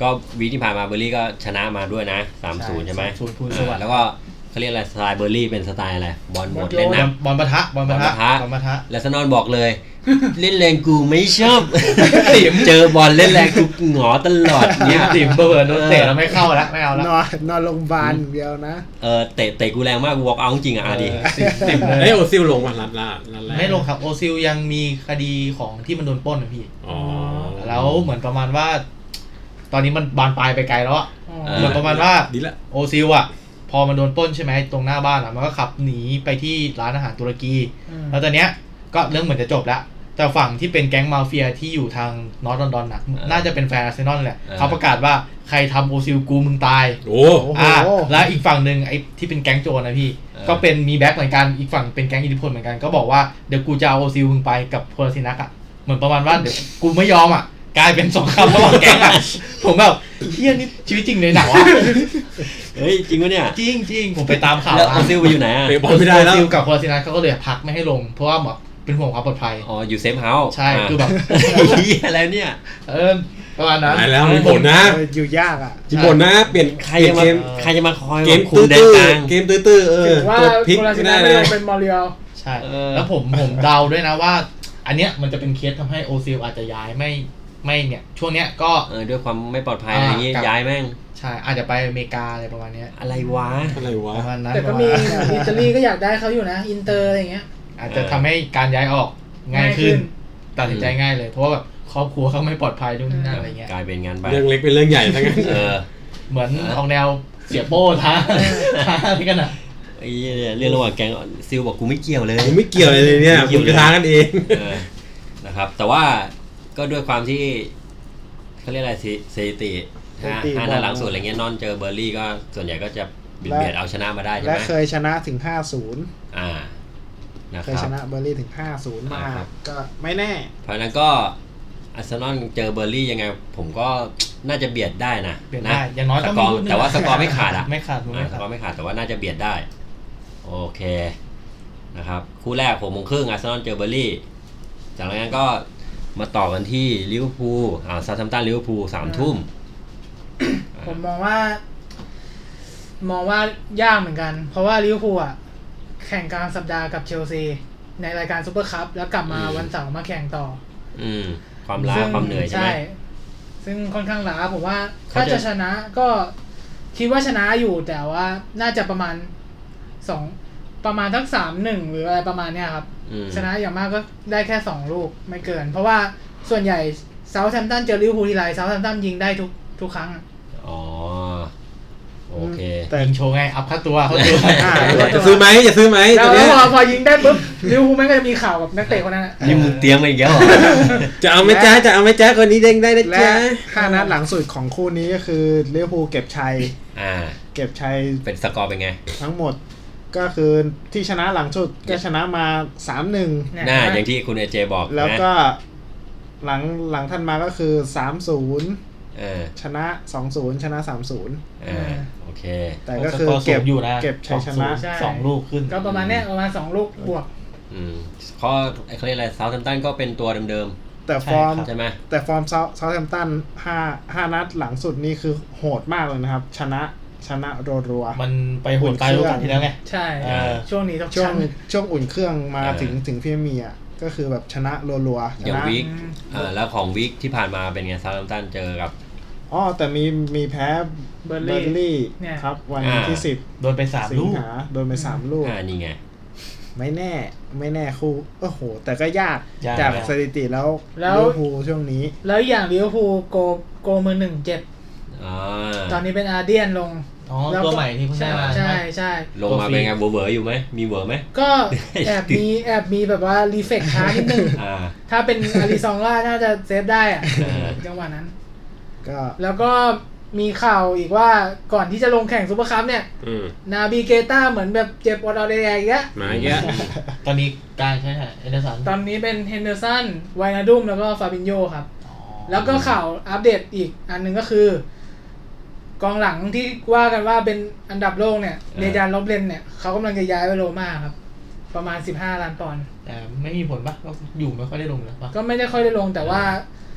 Speaker 1: ก็วีคที่ผ่านมาเบอร์รี่ก็ชนะมาด้วยนะ สามศูนย์ ใช่ไหม
Speaker 4: ศูนย์ สวัสดิ์
Speaker 1: แล้วก็เขาเรียกอะไรสไตล์เบอร์รี่เป็นสไตล์อะไรบอลหมดเล่นหนัก
Speaker 4: บอลปะทะบอลปะทะบอลปะทะ
Speaker 1: แล้วซนอนบอกเลย เล่นแรงกูไม่ชอบเจอบอลเล่นแรงกูหงอตลอดเนี่ย
Speaker 4: ติ๋มเบอร์โดนเตะแล้วไม่เข้าแล้วไม่เอาแล้ว
Speaker 5: นอนนอนโรงพยาบาลเดียวนะ
Speaker 1: เออเตะเตะกูแรงมากกูวอล์กเอาจริงอ่ะอาดิ
Speaker 4: ติ๋มเลย
Speaker 3: เอ้ยโอซิลลงมาลัดละลัดแรก
Speaker 4: ไม่ลงครับโอซิลยังมีคดีของที่มันโดนปล้นนะพี่
Speaker 3: อ๋อ
Speaker 4: แล้วเหมือนประมาณว่าตอนนี้มันบานปลายไปไกลแล้วอ่ะเหมือนประมาณว่าโอซิลอ่ะพอมันโดนปล้นใช่ไหมตรงหน้าบ้านอ่ะมันก็ขับหนีไปที่ร้านอาหารตุรกีแล้วตอนเนี้ยก็เรื่องเหมือนจะจบแล้วแต่ฝั่งที่เป็นแก๊งมาเฟียที่อยู่ทางนอร์ทลอนดอนน่ะน่าจะเป็นแฟนอาร์เซนอลแหละเขาประกาศว่าใครทำโอซิลกูมึงตาย
Speaker 3: โอ้
Speaker 4: อ่าแล้วอีกฝั่งหนึ่งไอ้ที่เป็นแก๊งโจรนะพี่ก็เป็นมีแบ็คเหมือนกันอีกฝั่งเป็นแก๊งอิทธิพลเหมือนกันก็บอกว่าเดี๋ยวกูจะเอาโอซิลมึงไปกับโคลาซินักอ่ะเหมือนประมาณว่าเดี๋ยวกูไม่ยอมอ่ะกลายเป็นสงครามระหว่างแก๊งอ่ะผมแบบเฮียนี่ชีวิตจริงในหนังวะ
Speaker 1: เฮ้ยจริงวะเนี่ย
Speaker 4: จริงจริงผมไปตามข่าว
Speaker 1: แล้วโอซิลไปอยู่ไหนอ่ะ
Speaker 3: บอลไม่ได้แล้ว
Speaker 4: โอซิลกับโคลาซินักเขาก็เลยพักไม่ให้ลงเพราะว่าแบบเป็นห่วงความปลอดภัย
Speaker 1: อ๋ออยู่เซฟเฮาส์
Speaker 4: ใช่คือแบบ
Speaker 1: เฮียอะไรเนี่ย
Speaker 4: เออประมาณนั้น
Speaker 3: แล้วมีผลนะ
Speaker 5: อยู่ยากอ่ะ
Speaker 3: มีผลนะเปลี่ยน
Speaker 1: ใครจะมาใครจะมาคอย
Speaker 3: เกมตื้อเกมตื้อเออ
Speaker 2: ตัวพลิกไม่ได้เลยเป็นมอริเอล
Speaker 4: ใช่แล้วผมผมเดาด้วยนะว่าอันเนี้ยมันจะเป็นเคสทำให้โอซิลอาจจะย้ายไม่ไม่เนี่ยช่วงเนี้ยก็
Speaker 1: เออด้วยความไม่ปลอดภัยอะไรอย่างงี้ย้ายแม่ง
Speaker 4: ใช่อาจจะไปอเมริกาอะไรประมาณนี้
Speaker 1: อะไรวะ
Speaker 3: อะไรวะ
Speaker 2: แต่ก็มีอิตาลีก็อยากได้เขาอยู่นะอินเตอร์อะไรเงี้ย
Speaker 4: อาจจะทำให้การย้ายออกง่ายขึ้นตัดสินใจง่ายเลยเพราะว่าแบบครอบครัวเขาไม่ปลอดภัยด้วยนั่นอะไรเงี้ย
Speaker 1: กลายเป็นงาน
Speaker 3: เรื่องเล็กเป็นเรื่องใหญ่ทั้งนั้น
Speaker 1: เออ
Speaker 4: เหมือนออกแนวเสียโป้ท้าท้าอะไรกันอ่ะ
Speaker 1: ไอ้เรื่องระหว่างแก๊งซิลบอกกูไม่เกี่ยวเลย
Speaker 3: กูไม่เกี่ยวเลยเนี่ยกูจะท้ากันเอง
Speaker 1: นะครับแต่ว่าก็ด้วยความที่เขาเรียกอะไรสถิติห้านัดหลังสุดอะไรเงี้ยนอนเจอเบอร์รี่ก็ส่วนใหญ่ก็จะเบียดเอาชนะมาได้ใช่ไหม
Speaker 5: และเคยชนะถึง ห้าศูนย์
Speaker 1: อ่านะครับ
Speaker 5: เคยชนะเบอร์รี่ถึง ห้าศูนย์ มาก็ไม่แน่
Speaker 1: เพราะนั้นก็อาร์เซนอลเจอเบอร์รี่ยังไงผมก็น่าจะเบียดได้นะ
Speaker 4: เบียดได้อย่างน้อยก็
Speaker 1: มีแต่ว่าสกอร์ไม่ขาดอ่ะ
Speaker 4: ไม่ขาด
Speaker 1: สกอร์ไม่ขาดแต่ว่าน่าจะเบียดได้โอเคนะครับคู่แรกหกโมงครึ่งอาร์เซนอลเจอเบอร์รี่จากนั้นก็มาต่อกันที่ลิเวอร์พูลอ่าซาทัมป์ตันลิเวอร์พูลสามทุ่ม
Speaker 2: ผมมองว่ามองว่ายากเหมือนกันเพราะว่าลิเวอร์พูลอ่ะแข่งกลางสัปดาห์กับเชลซีในรายการซุปเปอร์คัพแล้วกลับมาวันเสาร์มาแข่งต่อ
Speaker 1: อืมความล้าความเหนื่อยใช่ไหม
Speaker 2: ซึ่งค่อนข้างล้าผมว่าถ้าจะชนะก็คิดว่าชนะอยู่แต่ว่าน่าจะประมาณสองประมาณทั้ง สามหนึ่ง หรืออะไรประมาณเนี้ยครับชนะอย่างมากก็ได้แค่สองลูกไม่เกินเพราะว่าส่วนใหญ่เซาท์แฮมป์ตันเจอลิเวอร์พูลทีไรเซาท์แฮมป์ตันยิงได้ทุกทุกครั้ง
Speaker 1: อ๋อโอเค
Speaker 4: แต่ยิงโชว์ไงอัพค่าตัวเขาตัว
Speaker 3: จะซื้อไหมจะซื้อไหม
Speaker 2: แล้วพอพอยิงได้ปุ๊บลิเวอร์พูลแม่งก็จะมีข่าวกับนักเตะคนนั้น
Speaker 1: นี่มึงเตรียมมาอีกแล้ว
Speaker 3: จะเอาไหมจ๊ะจะเอาไหมจ๊ะคนนี้เด้งได้นะจ๊ะ
Speaker 5: ห้านัดหลังสุดของคู่นี้ก็คือลิเวอร์พูลเก็บชัย
Speaker 1: อ่า
Speaker 5: เก็บชัย
Speaker 1: เป็นสกอร์เป็นไง
Speaker 5: ทั้งหมดก็คือที่ชนะหลังสุดก็ชนะมา สามหนึ่ง
Speaker 1: น่าอย่างที่คุณเอเจบอก
Speaker 5: แล้วก็หลังหลังท่านมาก็คือสามศูนย์
Speaker 1: เออ
Speaker 5: ชนะสองศูนย์ชนะสามศูนย์
Speaker 1: เออโอเค
Speaker 5: แต่ก็คือเก็บอยู่นะเก็บชัยชนะ
Speaker 4: สองลูกขึ้น
Speaker 2: ก็ประมาณเนี้ยประมาณสองลูกบวก
Speaker 1: อืมข้อเขาเรียกอะไรเซาท์แฮมป์ตันก็เป็นตัวเดิม
Speaker 5: ๆแต่ฟอร์ม
Speaker 1: ใช่ไหม
Speaker 5: แต่ฟอร์มเซาท์เซาท์แฮมป์ตันห้า ห้านัดหลังสุดนี่คือโหดมากเลยนะครับชนะชนะรัว
Speaker 4: ๆมันไปโหดตายโอกาสที่แล้วไง
Speaker 2: ใช่ช่วงนี้ต้อง
Speaker 5: ช่วงช่วงอุ่นเครื่องมาถึงถึงพรีเมียร์ก็คือแบบชนะรัวๆ
Speaker 1: อย่างวีคอ่าแล้วของวีคที่ผ่านมาเป็นไงเซาท์แฮมป์ตันเจอกับ
Speaker 5: อ๋อแต่มีมีแพ้เบอร์ลี่ครับวันที่สิบ
Speaker 4: โดนไปสามลูก
Speaker 5: โดนไปสามลูก
Speaker 1: อ่านี่ไง
Speaker 5: ไม่แน่ไม่แน่คู่โอ้โหแต่ก็ยากจากสถิติแล้วลิเวอร์พูลช่วงนี้
Speaker 2: แล้วอย่างลิเวอร์พูลโกโกมือหนึ่งเจ็บตอนนี้เป็นอาร์เดียนลง
Speaker 4: อ๋อตัวใหม่ที่เพิ่งได้มา
Speaker 2: ใช่ใช่
Speaker 1: ลงมาเป็นไงเวอร์เวอร์อยู่ไหมมีเวอร์ไหม
Speaker 2: ก็แอบมีแอบมีแบบว่ารีเฟกช้านิดนึงถ้าเป็นอาริซองล่าน่าจะเซฟได้อะจังหวะนั้นก็แล้วก็มีข่าวอีกว่าก่อนที่จะลงแข่งซุปเปอร์คัพเนี่ยนาบีเกต้าเหมือนแบบเจ็บออดอเดย์อีกแล้ว
Speaker 3: มาอีกแล้ว
Speaker 4: ตอนนี้กลางใช่ไหมเฮนเดอร์สัน
Speaker 2: ตอนนี้เป็นเฮนเดอร์สันไวนาดุมแล้วก็ฟาบินโญครับแล้วก็ข่าวอัปเดตอีกอันนึงก็คือกองหลังที่ว่ากันว่าเป็นอันดับโลกเนี่ยเดจานล็อบเลนเนี่ยเขากำลังจะย้ายไปโรม่าครับประมาณสิบห้าล้านปอนด์
Speaker 4: แต่ไม่มีผลปะก็อยู่ไม่ค่อยได้ลงเลยปะ
Speaker 2: ก็ไม่ได้ค่อยได้ลงแต่ว่า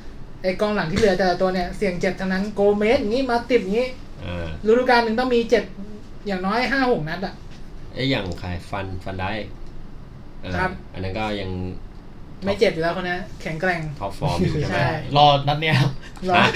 Speaker 2: ไอกองหลังที่เหลือแต่ละตัวเนี่ยเสี่ยงเจ็บทั้งนั้นโกเมสอย่างงี้มาติดอย่างงี้ฤดูกาลนึงต้องมีเจ็บอย่างน้อย ห้าหก นัดอ่ะ
Speaker 1: เอ้ยอย่างใครฟันฟันได้
Speaker 2: ครับ
Speaker 1: อันนั้นก็ยัง
Speaker 2: ไม่เจ็บอยู่แล้วคนนี้แข็งแกร่ง
Speaker 1: ท็อปฟอร์มอยู่ใช่ไหม
Speaker 4: รอนัดเนี้ย
Speaker 2: รอ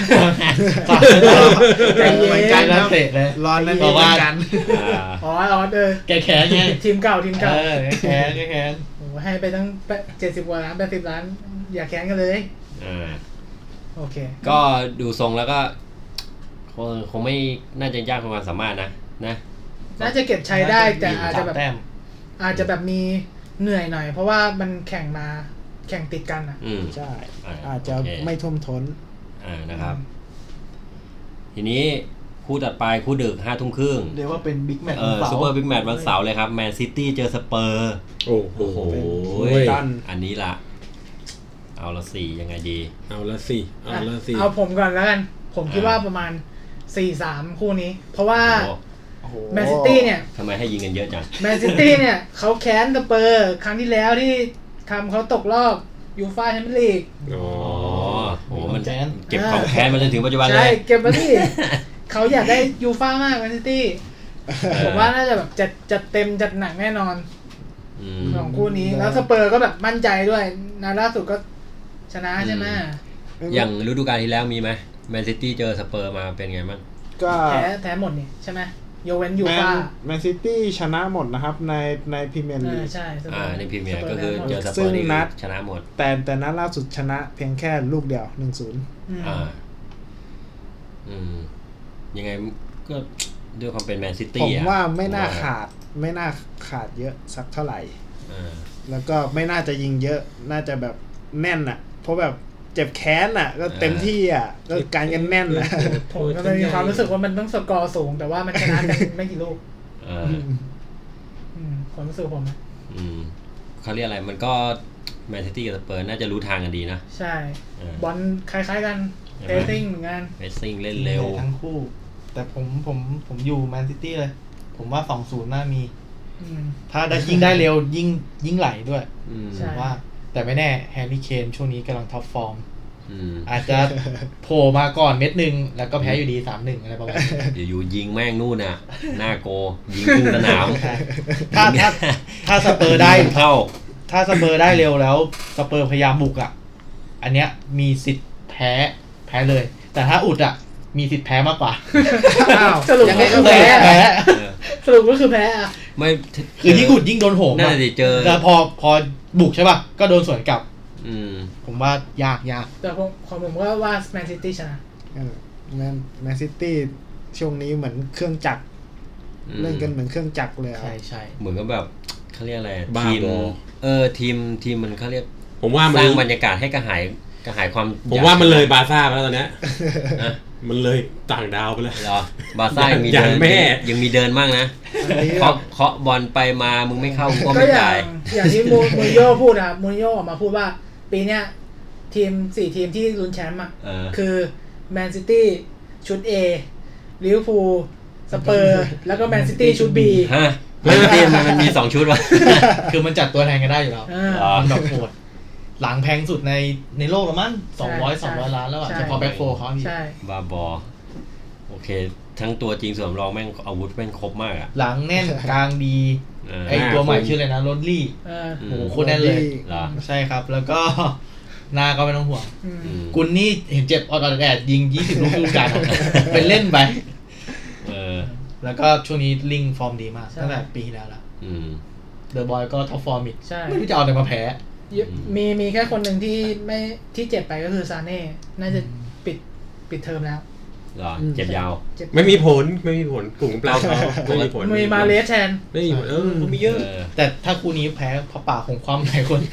Speaker 5: ใจเย็นกัน
Speaker 4: นะเตะเลย
Speaker 5: รอนัดนี้กัน
Speaker 2: อ๋ออ๋อเออ
Speaker 4: แกแขนไง
Speaker 2: ทีมเก่าทีมเก่า
Speaker 4: เออแขนแขน
Speaker 2: โอ้ให้ไปตั้งเจ็ดสิบกว่าล้านแปดสิบล้านอย่าแขนกันเลย
Speaker 1: อ่า
Speaker 2: โอเค
Speaker 1: ก็ดูทรงแล้วก็คงคงไม่น่าจะยากความสามารถนะนะ
Speaker 2: น่าจะเก็บใช้ได้แต่อาจจะแบบอาจจะแบบมีเหนื่อยหน่อยเพราะว่ามันแข่งมาแข่งติดกันอ่ะ
Speaker 5: ใช่อาจจะไม่ท่วมท้น
Speaker 1: อ่านะครับทีนี้คู่ตัดไปคู่ดึกห้าทุ่มครึ่ง
Speaker 4: เรียกว่าเป็นบิ๊กแมตช์
Speaker 1: เออซูเปอร์บิ๊กแมตช์วันเสาร์เลยครับแมนซิตี้เจอสเปอร์
Speaker 3: โอ้โห
Speaker 1: อันนี้ล่ะเอาละสี่ยังไงดี
Speaker 3: เอาละสี่เอาละสี่
Speaker 2: เอาผมก่อนแล้วกันผมคิดว่าประมาณ สี่สาม คู่นี้เพราะว่าแมนซิตี้เนี่ย
Speaker 1: ทำไมให้ยิงกันเยอะจัง
Speaker 2: แมนซิตี้เนี่ยเขาแค้นสเปอร์ครั้งที่แล้วที่ทำเขาตกรอบยูฟ่าแชมเปี้ยนลีก
Speaker 1: อ๋อโหมันเก็บความแค้นมาจนถึงปัจจุบันเลย
Speaker 2: ใช่เก็บมาที่เขาอยากได้ยูฟ่ามากแมนซิตี้ผมว่าน่าจะแบบจัดจัดเต็มจัดหนักแน่นอนของคู่นี้แล้วสเปอร์ก็แบบมั่นใจด้วยนัดล่าสุดก็ชนะใช่ไหม
Speaker 1: อย่างฤดูกาลที่แล้วมีไหมแมนซิตี้เจอสเปอร์มาเป็นไงบ้าง
Speaker 2: ก็แพ้แพ้หมดนี่ใช่ไหมยกเว้นยูฟ่า
Speaker 5: แมนซิตี้ชนะหมดนะครับในในพรีเมียร์ลีก
Speaker 2: ใช่
Speaker 1: อ่าในพรีเมียร์ก็คือเจอสเปอร์นี่ชนะหมด
Speaker 5: แต่แต่นัดล่าสุดชนะเพียงแค่ลูกเดียว หนึ่งศูนย์
Speaker 1: อ่าอืมยังไงก็ด้วยความเป็นแมนซิตี้
Speaker 5: ผมว่าไม่น่าขาดไม่น่าขาดเยอะสักเท่าไหร่
Speaker 1: อ่า
Speaker 5: แล้วก็ไม่น่าจะยิงเยอะน่าจะแบบแน่นอ่ะเพราะแบบเจ็บแค้นอ่ะก็เต็มที่อ่ะก็การกันแน่นอ่ะ
Speaker 2: ผมก็เลยมีความรู้สึกว่ามันต้องสกอร์สูงแต่ว่ามันชนะกันไม่กี่ลูก
Speaker 1: อ่า
Speaker 2: อืมความรู้สึกผมนะ
Speaker 1: อืมเขาเรียกอะไรมันก็แมนซิตี้กับสเปอร์น่าจะรู้ทางกันดีนะ
Speaker 2: ใช่บอลคล้ายๆกันเพสซิ่งเหมือนกัน
Speaker 1: เพสซิ่งเล่นเร็ว
Speaker 4: ทั้งคู่แต่ผมผมผมอยู่แมนซิตี้เลยผมว่า สองศูนย์ น่ามีถ้าได้ยิ่งได้เร็วยิ่งยิ่งไหลด้วย
Speaker 2: ใช่
Speaker 4: ว่าแต่ไม่แน่แฮร์รี่เคนช่วงนี้กำลังท็อปฟอร์มอาจจะโผล่มาก่อนเม็ดนึงแล้วก็แพ้อยู่ดี สามหนึ่ง อะไรประมาณนี้
Speaker 1: อยู่ๆยิงแม่งนู่นน่ะหน้าโกยิงครึ่งสนาม
Speaker 4: ถ้าถ้าถ้าสเปอร์ได้เข้าถ้าสเปอร์ได้เร็วแล้วสเปอร์พยายามบุกอ่ะอันเนี้ยมีสิทธิ์แพ้แพ้เลยแต่ถ้าอุดอ่ะมีสิทธิ์แพ้มากกว่า
Speaker 2: สรุปก็คือแพ้สรุปก็คือแพ้อ่ะ
Speaker 1: ไม่
Speaker 4: คือยิ่งอุดยิ่งโดนโหม
Speaker 1: น่าจะเจอ
Speaker 4: แล้วพอพอบุกใช่ป่ะก็โดนสวนกลับ
Speaker 1: อืม
Speaker 4: ผมว่ายากยาก
Speaker 2: แต่ผมของผมก็ว่าแมนซิตี้ชนะ
Speaker 5: แมนแมนซิตี้ช่วงนี้เหมือนเครื่องจักรเล่นกันเหมือนเครื่องจักรเลย
Speaker 4: ใช่ใช่
Speaker 1: เหมือนกับแบบเขาเรียกอะไรทีมเออทีมทีมมันเขาเรียก
Speaker 3: ผมว่า
Speaker 1: สร้างบรรยากาศให้กระหายกระหายความ
Speaker 3: ผมว่ามันเลยบาร์ซ่าไปแล้วตอนเนี้ยมันเลยต่างดาวไปเลย
Speaker 1: เหรอบาร์ซ่ายังมีเดินยังมีเดินมากนะเคาะเคาะบอลไปมามึงไม่เข้าก็ไม่จ่าย
Speaker 2: อย่างที่มูมูริโญ่พูดนะครับมูริโญ่ออกมาพูดว่าปีเนี้ยทีมสี่ทีมที่ลุ้นแชมป์อ่ะคือแมนซิตี้ชุด A ลิเวอร์พูลสเปอร์แล้วก็แมนซิตี้ชุด B
Speaker 1: ฮะแมนซิตี้มันมีสองชุดวะ
Speaker 4: คือมันจัดตัวแทนกันได้อยู่แล้วมันแบบโหดหลังแพงสุดในในโลกละมั้งสองร้อย สองร้อยล้านแล้วอ่ะเฉพาะแบ็คโฟร์เขาพี่
Speaker 1: บาบอโอเคทั้งตัวจริงส่วนรองแม่งอาวุธแม่งครบมากอ่ะ
Speaker 4: หลังแน่นกลางดีไอตัวใหม่ชื่ออะไรนะโรดลี่โหโคตรแน่นเลยใช่ครับแล้วก็หน้าก็ไม่ต้องห่วงกุนนี่เห็นเจ็บออดๆแอดยิงยี่สิบลูกลูกกันเป็นเล่นไป
Speaker 1: เออ
Speaker 4: แล้วก็ช่วงนี้ลิงฟอร์มดีมากตั้งแต่ปีที่แล้วละเดอะบอยก็ท็อปฟอร์มอีกไม่รู้จะเอาอะไรมาแพ้
Speaker 2: มีมีแค่คนหนึ่งที่ไม่ที่เจ็บไปก็คือซาเน่น่าจะปิดปิดเทอมแล้ว
Speaker 1: หรอเจ็บยาว
Speaker 3: ไม่มีผลไม่มีผลกลุ่มเปล่าเขาไม่มีผล
Speaker 2: มีมาเลสแทน
Speaker 3: ไม่มีผลเออมีเยอะ
Speaker 4: แต่ถ้าคู่นี้แพ้พระป่าคงคว่ำหลายคน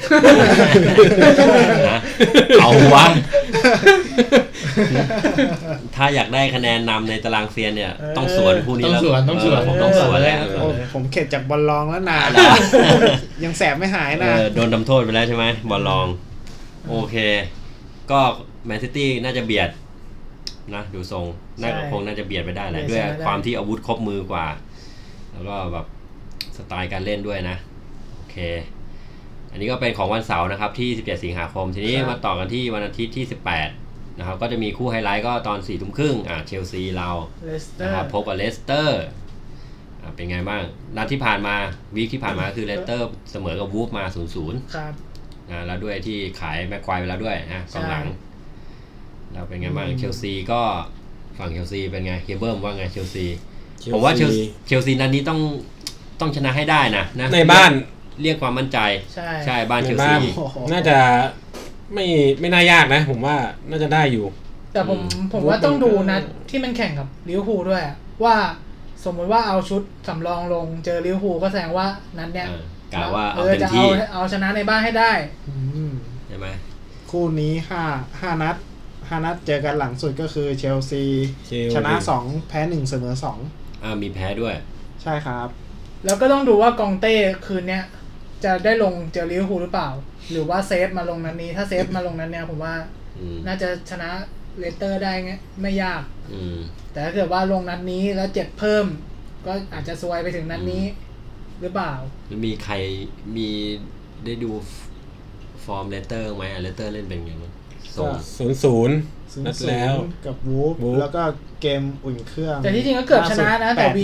Speaker 1: เอาวะถ้าอยากได้คะแนนนำในตารางเซียนเนี่ยต้องสวนคู่นี้แล้ว
Speaker 4: ต้องสวนต้องสวน
Speaker 1: ผมต้องสวนแล้ว
Speaker 5: ผมเข็ดจากบอลลองแล้วนานยังแสบไม่หายนะ
Speaker 1: โดนทำโทษไปแล้วใช่ไหมบอลลองโอเคก็แมนซิตี้น่าจะเบียดนะดูทรงน่าคงน่าจะเบียดไปได้แหละด้วยความที่อาวุธครบมือกว่าแล้วก็แบบสไตล์การเล่นด้วยนะโอเคอันนี้ก็เป็นของวันเสาร์นะครับที่สิบเจ็ดสิงหาคมทีนี้มาต่อกันที่วันอาทิตย์ที่สิบแปดนะครับก็จะมีคู่ไฮไลท์ก็ตอนสี่ทุ่มครึ่งอ่าเชลซีเรานะครับพบกับเลสเตอร์อ่าเป็นไงบ้างนัดที่ผ่านมาวีคที่ผ่านมาคือเลสเตอร์เสมอกับวูฟมา ศูนย์ศูนย์
Speaker 2: ครับ
Speaker 1: นะแล้วด้วยที่ขายแม็กควายไปแล้วด้วยนะกองหลังเราเป็นไงบ้างเชลซีก็ฝั่งเชลซีเป็นไงเฮียเบิ้มว่าไงเชลซีผมว่าเชลเชลซีนัดนี้ต้องต้องชนะให้ได้นะนะ
Speaker 3: ในบ้าน
Speaker 1: เรียกความมั่นใจ
Speaker 2: ใช่
Speaker 1: ใช่บ้านเชลซี
Speaker 3: น่าจะไม่ไม่น่ายากนะผมว่าน่าจะได้อยู่
Speaker 2: แต่ผมผมว่าต้องดูนะที่มันแข่งกับลิเวอร์พูลด้วยว่าสมมติว่าเอาชุดสำรองลงเจอลิเวอร์พูลก็แสดงว่านั้นเนี่ย
Speaker 1: กะว่าเอาเต็มที่
Speaker 2: เอาชนะในบ้านให้ได้
Speaker 1: ใช่ไหม
Speaker 5: คู่นี้ห้า ห้านัดห้านัดเจอกันหลังสุดก็คือเชลซีชนะสองแพ้หนึ่งเสมอสอง
Speaker 1: อ่ามีแพ้ด้วย
Speaker 5: ใช่ครับ
Speaker 2: แล้วก็ต้องดูว่ากองเต้คืนเนี้ยจะได้ลงเจอลิเวอร์พูลหรือเปล่าหรือว่าเซฟมาลงนัดนี้ถ้าเซฟมาลงนัดเนี้ยผมว่าน่าจะชนะเลสเตอร์ได้ไงไม่ยากแต่ถ้าเกิดว่าลงนัดนี้แล้วเจ็บเพิ่มก็อาจจะซวยไปถึงนัดนี้หรือเปล่า
Speaker 1: มีใครมีได้ดูฟอร์มเลสเตอร์ไหมเลสเตอร์เล่นเป็นไงบ้าง
Speaker 3: ศูนย์ศูนย์นัดแล้ว
Speaker 5: กับวูฟแล้วก็เกมอุ่นเครื่อง
Speaker 2: แต่ที่จริงก็เกือบชนะนะแต่ วี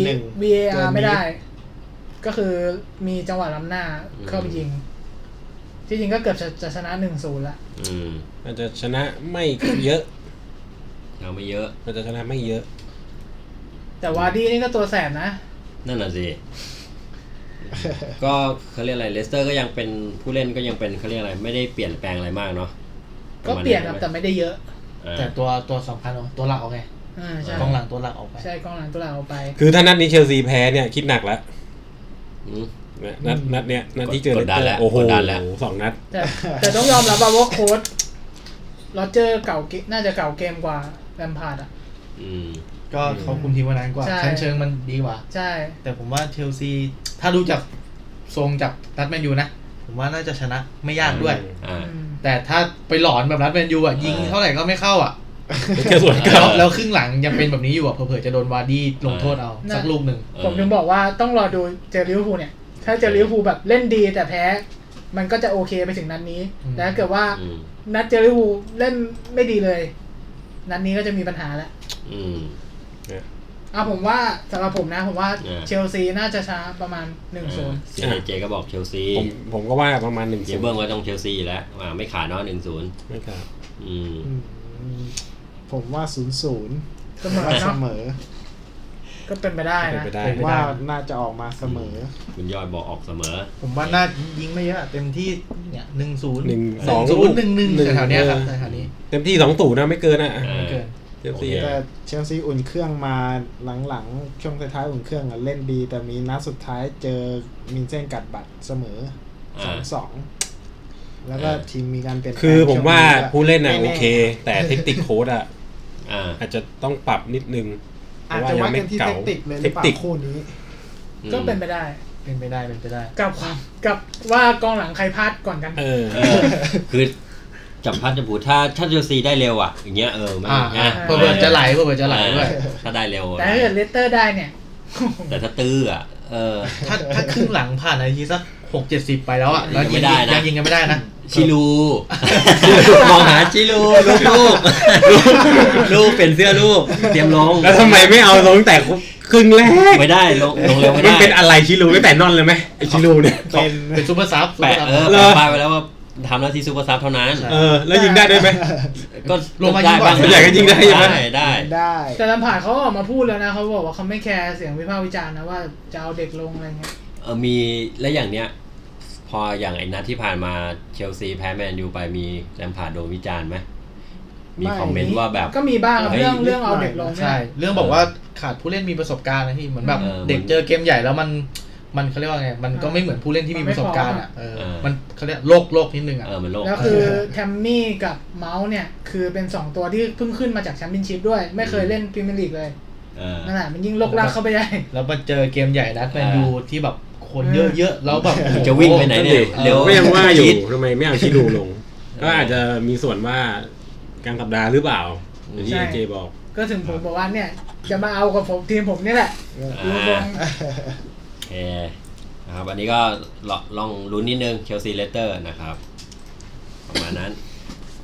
Speaker 2: เอ อาร์ ไม่ได้ก็คือมีจังหวะล้ำหน้าเข้าไปยิงที่จริงก็เกือบจะจะชนะ หนึ่งศูนย์ ละ
Speaker 3: อืมมันจะชนะไม่เยอะ
Speaker 1: เราไม่เยอะ
Speaker 3: มันจะชนะไม่เยอะ
Speaker 2: แต่วาร์ดี้นี่ก็ตัวแสบนะ
Speaker 1: นั่นน่ะสิก็เขาเรียกอะไรเลสเตอร์ก็ยังเป็นผู้เล่นก็ยังเป็นเขาเรียกอะไรไม่ได้เปลี่ยนแปลงอะไรมากเนาะ
Speaker 2: ก็เปลี่ยนครับแต่ไม่ได้เยอะ
Speaker 4: แต่ตัวตัวสำคัญตัวหลักเอาไงกองหลังตัวหลักออกไป
Speaker 2: ใช่กองหลังตัวหลักออกไป
Speaker 3: คือถ้านัดนี้เชลซีแพ้เนี่ยคิดหนักแล้วนัดนัดเนี้ยนัดที่เจอเลสเตอร์โอ้โหสองนัด
Speaker 2: แต่แต่ต้องยอมรับว่าโค้ชโรเจอร์เก่าน่าจะเก่าเกมกว่าแลมพาร์ดอ่ะ
Speaker 4: ก็เขาคุมทีมมานานกว่าชั้นเชิงมันดีกว่า
Speaker 2: ใช่
Speaker 4: แต่ผมว่าเชลซีถ้าดูจากทรงจากนัดแมนยูนะผมว่าน่าจะชนะไม่ยากด้วยแต่ถ้าไปหลอนแบบนัดแมนยูอ่ะยิงเท่าไหร่ก็ไม่เข้าอ่ะแล้วแล้วครึ่งหลังยังเป็นแบบนี้อยู่อ่ะเผลอๆจะโดนวาร์ดี้ลงโทษเอาสักลูกหนึ่ง
Speaker 2: ผมถึงบอกว่าต้องรอดูเจอลิเวอร์พูลเนี่ยถ้าเจอลิเวอร์พูลแบบเล่นดีแต่แพ้มันก็จะโอเคไปถึงนัดนี้แต่ถ้าเกิดว่านัดเจอลิเวอร์พูลเล่นไม่ดีเลยนัดนี้ก็จะมีปัญหาแล้วอ่ะผมว่าสำหรับผมนะผมว่าเชลซีน่าจะชนะประมาณ หนึ่งศูนย์
Speaker 1: เจเจก็บอกเชลซี
Speaker 3: ผมผมก็ว่าประมาณ หนึ่งศูนย์
Speaker 1: เจเบิ้งว่าต้องเชลซีแล้วอ่าไม่ขาดเนาะ หนึ่งศูนย์
Speaker 3: ไม่ขาด
Speaker 1: อืม
Speaker 5: ผมว่า ศูนย์ศูนย์
Speaker 2: เสมอเสมอก็เป็นไปได้นะ
Speaker 5: ผมว่าน่าจะออกมาเสมอ
Speaker 1: คุณยอดบอกออกเสมอ
Speaker 4: ผมว่าน่ายิงไม่เยอะเต็มที่เนี่ย หนึ่งศูนย์
Speaker 3: หนึ่ง
Speaker 4: สอง ศูนย์ หนึ่ง หนึ่ง แถวๆเนี้ยครับแถวๆนี้
Speaker 3: เต็มที่ สองศูนย์ นะไม่เกินอ่ะ
Speaker 4: ไม่เกิน
Speaker 5: เชลซีแต่เชลซีอุ่นเครื่องมาหลังๆช่วงท้ายๆอุ่นเครื่องเล่นดีแต่มีนัดสุดท้ายเจอมินเซ่นกัดบัตรเสมอ สองสอง แล้วก็ทีมมีการเปลี่ยน
Speaker 3: คือผมว่าผู้เล่นน่ะโอเคแต่เทคนิคโค้ชอ่ะอาจจะต้องปรับนิดนึง
Speaker 5: อาจจะว่ากันที่เทคนิคเลยหรือเปล่าคู่นี้
Speaker 2: ก็เป็นไปได้
Speaker 4: เป็นไปได้เป็นไปได้
Speaker 2: กับความกับว่ากองหลังใครพลาดก่อนกัน
Speaker 1: เออคือจับพัดจับผูถ้าถ้าเชลซีได้เร็วอ่ะอย่างเงี้ยเออมัน
Speaker 4: อ่ะเผื่อจะไหลเผื่อจะไหลด้วย
Speaker 1: ถ้าได้เร็ว
Speaker 2: แต่ถ้าเกิดเลสเตอร์ได้เนี่ย
Speaker 1: แต่ถ้าตื้ออ่ะเออ
Speaker 4: ถ้าถ้าครึ่งหลังผ่านนาทีสักหก เจ็ดสิบไปแล้วอ่ะแล้วยิงยังยิงกันไม่ได้นะ
Speaker 1: ชิลูมองหาชิลูลูกลูกลูกเป็นเสื้อลูกเตรียมลง
Speaker 3: แล้วทำไมไม่เอาลงแต่ครึ่งแรก
Speaker 1: ไม่ได้ลงลงเร็วไม่ได้
Speaker 3: มันเป็นอะไรชิลูไม่แต่นอนเลยไหมไอชิลูเนี่ย
Speaker 4: เป็นเป็นซูเปอร์ซับ
Speaker 1: แปะเออแปะไปแล้วว่าทำหน้าที่ซูเปอร์ซับเท่านั้น
Speaker 3: เออแล้วยิงได้ด้วยไหม
Speaker 1: ก็ลงมายิงบ้าง
Speaker 3: ใหญ่ก็ยิงได้
Speaker 1: ได้ได้
Speaker 2: ได้แต่ลำผ่านเขาออกมาพูดแล้วนะเขาบอกว่าเขาไม่แคร์เสียงวิพากษ์วิจารณ์นะว่าจะเอาเด็กลงอะไรเงี้ย
Speaker 1: เออมีและอย่างเนี้ยพออย่างไอ้นัดที่ผ่านมาเชลซีแพ้แมนยูไปมีแลมพาร์ดโดนวิจารณ์ไหมมีคอมเมนต์ว่าแบบ
Speaker 2: ก็มีบ้างเรื่องเรื่องเอาเด็กลง
Speaker 4: ใช่เรื่องบอกว่าขาดผู้เล่นมีประสบการณ์นะที่เหมือนแบบเด็กเจอเกมใหญ่แล้วมันมันเขาเรียกว่าไงมันก็ไม่เหมือนผู้เล่นที่มีประสบการณ์อ่ะเออมันเขาเรียกโลกโลกนิดนึงอ่ะ
Speaker 2: แล้วคือแทมมี่กับเมาส์เนี่ยคือเป็นสองตัวที่เพิ่งขึ้นมาจากแชมเปี้ยนชิพด้วยไม่เคยเล่นพรีเมียร์ลีกเลยนั่นแหละมันยิ่งโลกลักเข้าไปได้
Speaker 4: แล้วมาเจอเกมใหญ่นัดแมนยูที่แบบคนเยอะๆแล้วแบบ
Speaker 1: จะวิ่งไปไหนเนี่ย
Speaker 3: เดี๋ยวไม่ยังว่าอยู่ทำไมไม่เอาชิลูลงก็อาจจะมีส่วนว่าการสัปดาห์หรือเปล่าที่เจบอก
Speaker 2: ก็ถึงผมบอกว่าเนี่ยจะมาเอากับผมทีมผมนี่แหละลุงบง
Speaker 1: โอเคนะครับอันนี้ก็ลองลุ้นนิดนึงเชลซีเลสเตอร์นะครับประมาณนั้นโอ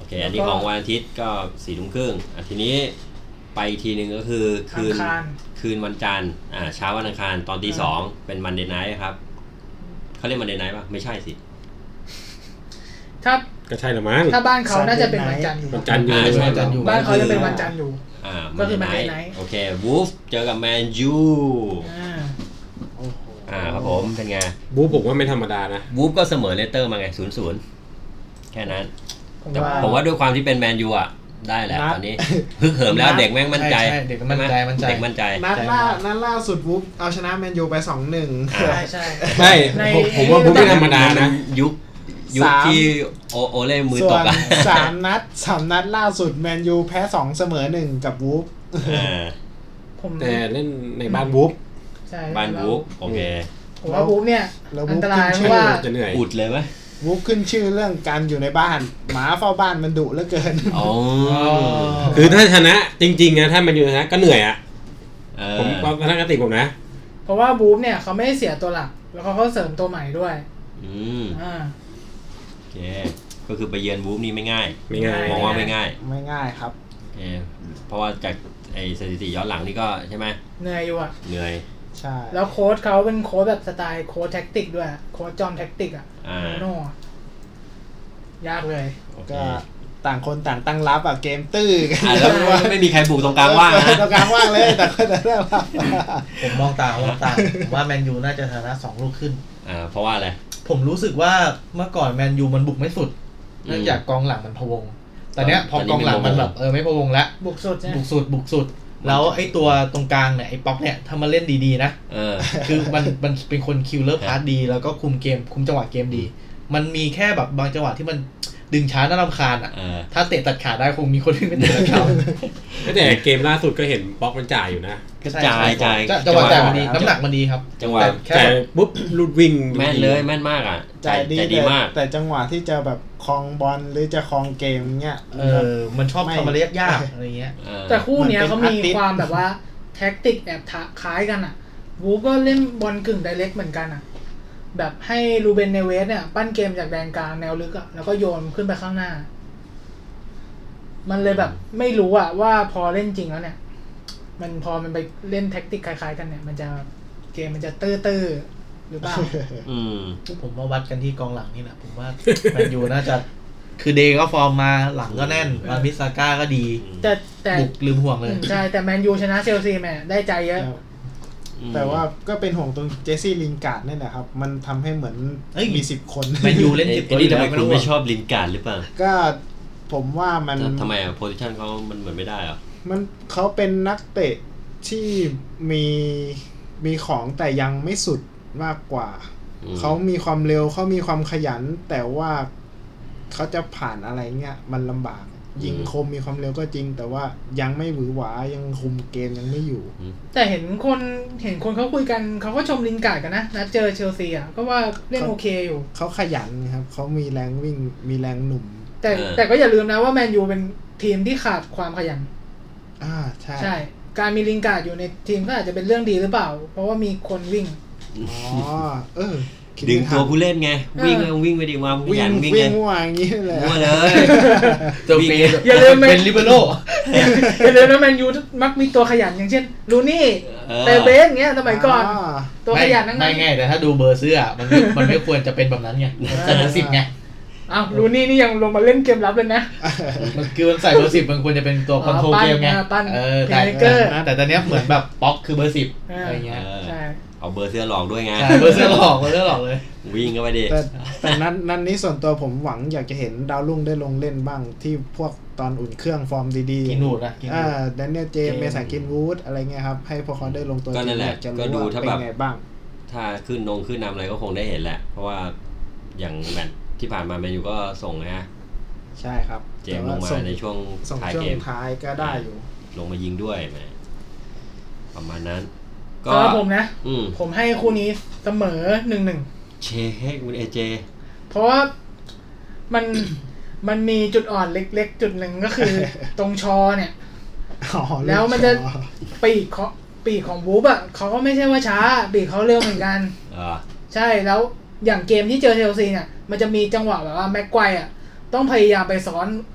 Speaker 1: เคอันนี้ของวันอาทิตย์ก็สี่ทุ่มครึ่งอ่ะทีนี้ไปอีกทีหนึ่งก็คือคืนคืนวันจันทร์อ่าเช้าวันอังคารตอนตีสองเป็นมันเดย์ไนท์ครับเขาเรียกมันเดย์ไนท์ป่ะไม่ใช่สิ
Speaker 2: ถ้า
Speaker 3: ก็ใช่ละมั้ง
Speaker 2: ถ้าบ้านเขาน่าจะเป็นวันจันทร์อยู่
Speaker 3: วันจันทร์อยู่
Speaker 2: บ้านเขาจะเป็นวันจันทร์อยู่
Speaker 1: อ่าก็คือมันเดย์ไนท์โอเควูฟเจอกับแมนยูอ่าโอ้โหอ่าครับผมเป็นไง
Speaker 3: วูฟผมว่าไม่ธรรมดานะ
Speaker 1: วูฟก็เสมอเลสเตอร์มาไง ศูนย์ศูนย์ แค่นั้นแต่ผมว่าด้วยความที่เป็นแมนยูอ่ะได้แหละตอนนี้ฮึกเหิมแล้วเด็กแม่งมั่นใจ
Speaker 4: เด็กมั่นใจมั่นใจ
Speaker 1: เด็กมั่นใจ
Speaker 5: นัดล่านัดล่าสุดวูฟเอาชนะแมนยูไป สองหนึ่ง
Speaker 2: ใช่ใช่
Speaker 3: ไม่ผมว่าวูฟไม่ธรรมดานะ
Speaker 1: ยุคยุคที่โอโอเล่มือตกอ่ะ
Speaker 5: สามนัดสามนัดล่าสุดแมนยูแพ้สองเสมอหนึ่งกับวูฟ
Speaker 3: แต่เล่นในบ้านวูฟ
Speaker 2: ใช่
Speaker 1: บ้านวูฟโอเค
Speaker 2: ผมว่าวูฟเนี่ยอันตรายเพราะว่า
Speaker 3: จะเหนื่อย
Speaker 1: อุดเลยไหม
Speaker 5: วูฟขึ้นชื่อเรื่องการอยู่ในบ้านหมาเฝ้าบ้านมันดุเหลือเกิน
Speaker 1: อ๋อ
Speaker 3: คือถ้าชนะจริงๆนะถ้ามันอยู่ชนะก็เหนื่อยอ่ะผมก็ทัศนคติผมนะ
Speaker 2: เพราะว่าวูฟเนี่ยเขาไม่ได้เสียตัวหลักแล้วเขาก็เสริมตัวใหม่ด้วย
Speaker 1: อืมอ่าโอเคก็คือไปเยือนวูฟนี่ไม่ง่าย
Speaker 3: ไม่ง่าย
Speaker 1: มองว่าไม่ง่าย
Speaker 5: ไม่ง่ายครับ
Speaker 1: โอเคเพราะว่าจากไอ้สถิติย้อนหลังนี่ก็ใช่ไหม
Speaker 2: เหนื่อยอยู่อ่ะ
Speaker 1: เหนื่อย
Speaker 5: ใช่
Speaker 2: แล้วโค้ชเขาเป็นโค้ชแบบสไตล์โค้ชแท็กติกด้วยโค้ชจอมแท็กติกอ่ะโน่ยากเลย
Speaker 5: ก็ต่างคนต่างตั้งรับอ่ะเกมตื้อกัน
Speaker 1: แล้วไม่มีใครบุกตรงกลางว่างนะ
Speaker 5: ตรงกลางว่างเลยแต่ก็แต่ได้รับ
Speaker 4: ผมมองต่างมองต่างผมว่าแมนยูน่าจะชนะสองลูกขึ้น
Speaker 1: อ่าเพราะว่าอะไร
Speaker 4: ผมรู้สึกว่าเมื่อก่อนแมนยูมันบุกไม่สุดเนื่องจากกองหลังมันพะวงแต่เนี้ยพอกองหลังมันแบบเออไม่พะวงแล้ว
Speaker 2: บุกสุดใช่
Speaker 4: บุกสุดบุกสุดแล้วไอ้ตัวตรงกลางเนี่ยไอ้ป๊อกเนี่ยถ้ามาเล่นดีๆนะคือมันมันเป็นคนคิวเลอร์พาสดีแล้วก็คุมเกมคุมจังหวะเกมดีมันมีแค่แบบบางจังหวะที่มันดึงช้าน่ารำคาญอ่ะถ้าเตะตัดขาได้คงมีคนที่ไม่เตะตัดขา
Speaker 3: แต่เกมล่าสุดก็เห็นป๊อกมันจ่ายอยู่นะ
Speaker 1: จ่ายจ่าย
Speaker 4: จังหวะจ่ายมันดีน้ำหนักมันดีครับ
Speaker 1: จังหวะ
Speaker 3: แต่ปุ๊บลูดวิ่ง
Speaker 1: แม่นเลยแม่นมากอ่ะ
Speaker 5: จ่ายดีมากแต่จังหวะที่จะแบบครองบอลหรือจะครองเกมเงี้ย
Speaker 4: เออมันชอบทำอะไรยากๆอะไรเงี้ย
Speaker 2: แต่คู่เนี้ยเขามีความแบบว่าแท็กติกแอบคล้ายกันอ่ะวูฟก็เล่นบอลกึ่งไดเรกเหมือนกันอ่ะแบบให้รูเบนเนเวสเนี่ยปั้นเกมจากแดนกลางแนวลึกอ่ะแล้วก็โยนขึ้นไปข้างหน้ามันเลยแบบไม่รู้อ่ะว่าพอเล่นจริงแล้วเนี่ยมันพอมันไปเล่นแท็กติกคล้ายๆกันเนี่ยมันจะเกมมันจะตื้อๆหรือเปล่า
Speaker 4: อืมผมมาวัดกันที่กองหลังนี่แหละผมว่าแมนยูน่าจะคือเดย์ก็ฟอร์มมาหลังก็แน่นมาบิซาก้าก็ดี
Speaker 2: แต่แต่
Speaker 4: บุกลืมห่วงเลย
Speaker 2: ใช่แต่แมนยูชนะเชลซีแม่ได้ใจเยอะ
Speaker 5: แต่ว่าก็เป็นห่วงตรงเจสซี่ลินการ์ดนี่แหละครับมันทำให้เหมือนมีสิบคน
Speaker 4: แมนยูเล่นสิบ
Speaker 1: ตัวนี่ทำไมคุณไม่ชอบลินการ์ดหรือเปล่า
Speaker 5: ก็ผมว่ามัน
Speaker 1: ทำไมอ่ะโพซิชันเขามันเหมือนไม่ได้อ่ะ
Speaker 5: มันเขาเป็นนักเตะที่มีมีของแต่ยังไม่สุดมากกว่าเขามีความเร็วเขามีความขยันแต่ว่าเขาจะผ่านอะไรเงี้ยมันลำบากยิงคมมีความเร็วก็จริงแต่ว่ายังไม่หวือหวายังคุมเกมยังไม่อยู่
Speaker 2: แต่เห็นคนเห็นคนเขาคุยกันเขาก็ชมลินการ์ดกันนะนัดเจอเชลซีอ่ะก็ว่าเล่นโอเคอยู่
Speaker 5: เขาขยันครับเขามีแรงวิ่งมีแรงหนุ่ม
Speaker 2: แต่แต่ก็อย่าลืมนะว่าแมนยูเป็นทีมที่ขาดความขยัน
Speaker 5: อ่าใช่
Speaker 2: ใช่การมีลินการ์ดอยู่ในทีมก็อาจจะเป็นเรื่องดีหรือเปล่าเพราะว่ามีคนวิ่ง
Speaker 5: อ๋อเออ
Speaker 1: ดึงตัวผู้เล่นไงวิ่งวิ่งไปดีมา
Speaker 5: วิ่งวิ่งวิ่งว่างอย่างนี้เลย
Speaker 1: มั่วเลย
Speaker 2: ตัวเฟย์อย่าลืมเป็นลิเบโร่อย่าลืมนะแมนยูมักมีตัวขยันอย่างเช่นลูนี่เตเบสเงี้ยสมัยก่อนตัวขยันนั่ง
Speaker 4: ไม่ไงแต่ถ้าดูเบอร์เสื้อมันมันไม่ควรจะเป็นแบบนั้นไงแต่เบอร์สิบไง
Speaker 2: อ้าวลูนี่นี่ยังลงมาเล่นเกมรับเลยนะ
Speaker 4: มันคือมันใส่เบอร์สิบมันควรจะเป็นตัวคอนโทรลเกมไงเออแต่แต่ตอนนี้เหมือนแบบป๊อกคือเบอร์สิบอะไรเงี้ย
Speaker 2: ใช่
Speaker 1: เอาเบอร์เสื้อหลอกด้วยไง
Speaker 4: เบอร์เสื้อหลอกเบอร์เสื้อหลอกเลย
Speaker 1: วิ่งเข้าไปดิ
Speaker 5: แต่แต่นั้นนั้นนี้ส่วนตัวผมหวังอยากจะเห็นดาวรุ่งได้ลงเล่นบ้างที่พวกตอนอุ่นเครื่องฟอร์มดี
Speaker 4: ๆกินนูดนะ
Speaker 5: อ่าแดเนียลเจมส์เมสันกินวูดอะไรเงี้ยครับให้พวกเขาได้ลงตัว
Speaker 1: ก็นั่นแหละ
Speaker 5: จะรู้ว่าเป็นไงบ้าง
Speaker 1: ถ้าขึ้นนงขึ้นนำอะไรก็คงได้เห็นแหละเพราะว่าอย่างแมตช์ที่ผ่านมาแมนยูก็ส่งนะ
Speaker 5: ใช่ครับ
Speaker 1: เจมลงมาในช่วงท้ายเกม
Speaker 5: ท้ายก็ได้อยู่
Speaker 1: ลงมายิงด้วยแหมประมาณนั้น
Speaker 2: ก็ผมนะผมให้คู่นี้เสมอ หนึ่งหนึ่ง
Speaker 1: เชให้คุณเอเจ
Speaker 2: เพราะว่ามันมันมีจุดอ่อนเล็กๆจุดหนึ่งก็คือตรงชอเนี่ยแล้วมันจะปีกเขาปีกของวูฟอ่ะเขาก็ไม่ใช่ว่าช้าปีกเขาเร็วเหมือนกันใช่แล้วอย่างเกมที่เจอเชลซีเนี่ยมันจะมีจังหวะแบบว่าแม็กไกวร์อ่ะต้องพยายามไปซ้อน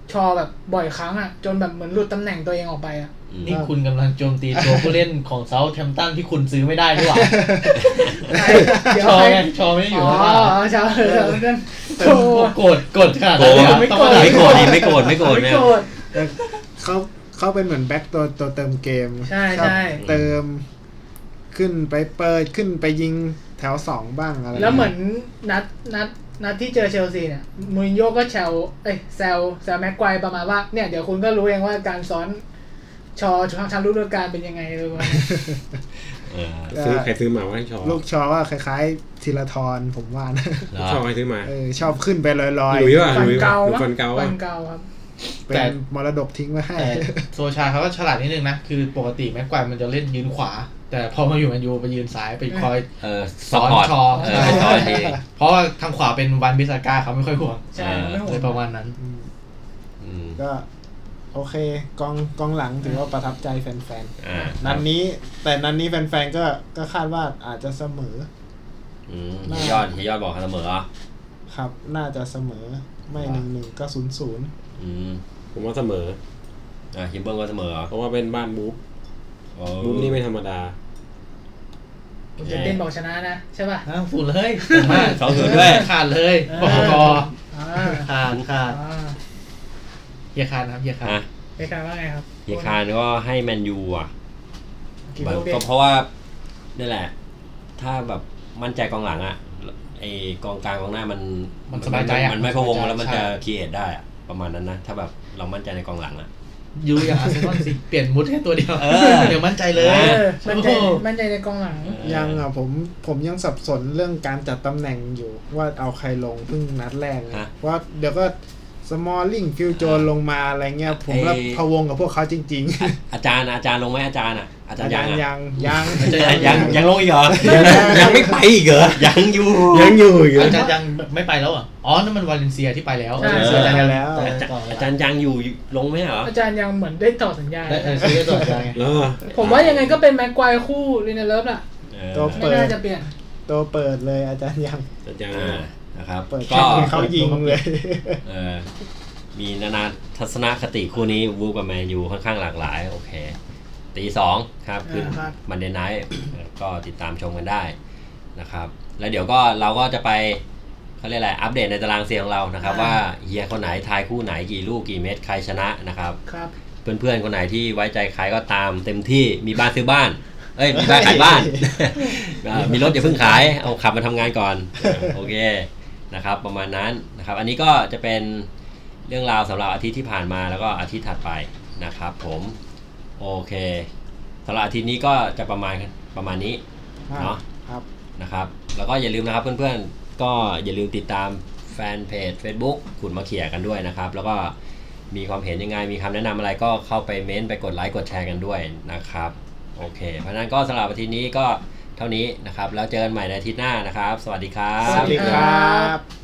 Speaker 2: ชอแบบบ่อยครั้งอ่ะจนแบบเหมือนหลุดตำแหน่งตัวเองออกไปอ่ะ
Speaker 4: นี่คุณกำลังโจมตีตัวผู้เล่นของเซาท์แฮมป์ตันที่คุณซื้อไม่ได้ด้วยวะชอไงชอไม่อยู่
Speaker 2: อ๋อชอเออ
Speaker 4: โกรธโกรธขนาด
Speaker 1: นั้นไม่โกรธไม่โกรธไม่โกรธไม่โกรธ
Speaker 2: ไม่โกรธ
Speaker 5: เขาเขาเป็นเหมือนแบ็คตัวตัวเติมเกม
Speaker 2: ใช่ใช่
Speaker 5: เติมขึ้นไปเปิดขึ้นไปยิงแถวสองบ้างอะไร
Speaker 2: แล้วเหมือนนัดนัดนัดที่เจอเชลซีเนี่ยมูรินโญ่ก็แซวเอ้ยแซวแซวแม็กไกวร์ประมาณว่าเนี่ยเดี๋ยวคุณก็รู้เองว่าการซ้อนชอทำฤดูกาลเป็นยังไงเลยว่า
Speaker 3: ซื้อใครซื้อมาว่าให้ชอ
Speaker 5: ลูกชอว่าคล้ายๆธีรทรผมว่านะ
Speaker 3: ชอใครซื้อมา
Speaker 5: เออชอบขึ้นไปลอยๆ
Speaker 3: หลุยว่ะหลุย
Speaker 2: เก่า
Speaker 3: ฟันเก่า
Speaker 2: ฟันเก่าครับ
Speaker 5: เป็นมรดกทิ้งไว้ให้
Speaker 4: โซชาเขาก็ฉลาดนิดนึงนะคือปกติแม็กไกวร์มันจะเล่นยืนขวาแต่พอมาอยู่แมนยูไปยืนซ้ายไปคอย
Speaker 1: ซ้อน
Speaker 4: ชอเพราะว่าทางขวาเป็นวันบิซาก้าเขาไม่ค่อยห่วง
Speaker 2: ใช่
Speaker 4: เลยประมาณนั้น
Speaker 5: ก็โอเคกองกองหลังถือว่าประทับใจแฟนๆนัดนี้แต่นัดนี้แฟนๆก็ก็คาดว่าอาจจะเสมอ
Speaker 1: อืมยอดยอดบอกเสมอ
Speaker 5: ครับน่าจะเสมอไม่หนึ่งหนึ่งก็ศูนย์ศูนย์
Speaker 1: อืม
Speaker 3: ผมว่าเสมอ
Speaker 1: อ่ะคิมเบิลก็เสมอ
Speaker 3: เพราะว่าเป็นบ้านบู๊บู๊นี่ไม่ธรรมดา
Speaker 2: คุณจะเต้นบอกชนะนะใช่ป่ะ
Speaker 4: อ้าวฝุ่นเลย
Speaker 1: สองศูนย์ด้วย
Speaker 4: ขาดเลยบอกกอขาดขาดเฮียคานครับเฮียคาน
Speaker 2: เฮียคานว่าไงครับ
Speaker 1: เฮียคานก็ให้แมนยูอ่ะก็เพราะว่านี่แหละถ้าแบบมั่นใจกองหลังอ่ะไอกองกลางกองหน้ามัน
Speaker 4: มันสบายใจอ่ะ
Speaker 1: มันไม่พะวงแล้วมันจะครีเอทได้อ่ะประมาณนั้นนะถ้าแบบเรามั่นใจในกองหลังอ่ะ
Speaker 4: ยูอย่างอาร์เซนอลสิเปลี่ยนมุดแค่ตัวเดียวเดี๋ยวมั่นใจเลย
Speaker 2: มั่นใจมั่นใจในกองหลัง
Speaker 5: ยังอ่ะผมผมยังสับสนเรื่องการจัดตำแหน่งอยู่ว่าเอาใครลงเพิ่งนัดแรกว่าเดี๋ยวก็สมอลลิงฟิวโจนลงมาอะไรเงี้ยผมแล้วพะวงกับพวกเขาจริง
Speaker 1: ๆอาจารย์อาจารย์ลงไหมอาจารย์อ่ะอาจารย์ยัง
Speaker 5: ยังยัง
Speaker 1: ยังยังลงอีกเหรอ
Speaker 3: ยังไม่ไปอีกเหรอ
Speaker 1: ยังอยู่
Speaker 3: ยังอยู่
Speaker 4: อาจารย์ยังไม่ไปแล้วอ่ะอ๋อนั่นมันวาเลนเซียที่ไปแล้ว
Speaker 5: อาจารย์ยังแล้ว
Speaker 1: อาจารย์ยังอยู่ลงไหมเหรอ
Speaker 2: อาจารย์ยังเหมือนได้ต่อสัญญา
Speaker 4: ได้ซื้อต่อสัญญาไง
Speaker 2: ผมว่ายังไงก็เป็นแม็กไกวร์คู่ลินเนอร์เลิฟล่ะ
Speaker 5: ตัวเปิด
Speaker 2: น่าจะเปลี่ยน
Speaker 5: ตัวเปิดเลยอาจารย์ยัง
Speaker 3: อาจารย์
Speaker 1: นะครับ
Speaker 5: ก็เขายิงเลย
Speaker 1: เออมีนานาทัศนคติคู่นี้วูฟกับแมนยูค่อนข้างหลากหลายโอเคตีสองครับคือมันเดย์ไนท์ก็ติดตามชมกันได้นะครับแล้วเดี๋ยวก็เราก็จะไปเขาเรียกอะไรอัปเดตในตารางเสียงของเรานะครับว่าเฮียคนไหนทายคู่ไหนกี่ลูกกี่เม็ดใครชนะนะครับเพื่อนๆคนไหนที่ไว้ใจใครก็ตามเต็มที่มีบ้านซื้อบ้านเอ้ยมีบ้านขายบ้านมีรถอย่าเพิ่งขายเอาขับมาทำงานก่อนโอเคนะครับประมาณนั้นนะครับอันนี้ก็จะเป็นเรื่องราวสำหรับอาทิตย์ที่ผ่านมาแล้วก็อาทิตย์ถัดไปนะครับผมโอเคสำหรับอาทิตย์นี้ก็จะประมาณประมาณนี้เนาะนะครับแล้วก็อย่าลืมนะครับเพื่อนๆก็อย่าลืมติดตามแฟนเพจ Facebook ขุดมาเขี่ยกันด้วยนะครับแล้วก็มีความเห็นยังไงมีคำแนะนำอะไรก็เข้าไปเม้นไปกดไลค์กดแชร์กันด้วยนะครับโอเคเพราะนั้นก็สำหรับอาทิตย์นี้ก็เท่านี้นะครับแล้วเจอกันใหม่ในอาทิตย์หน้านะครับสวัสดีครับ
Speaker 5: สวัสดีครับ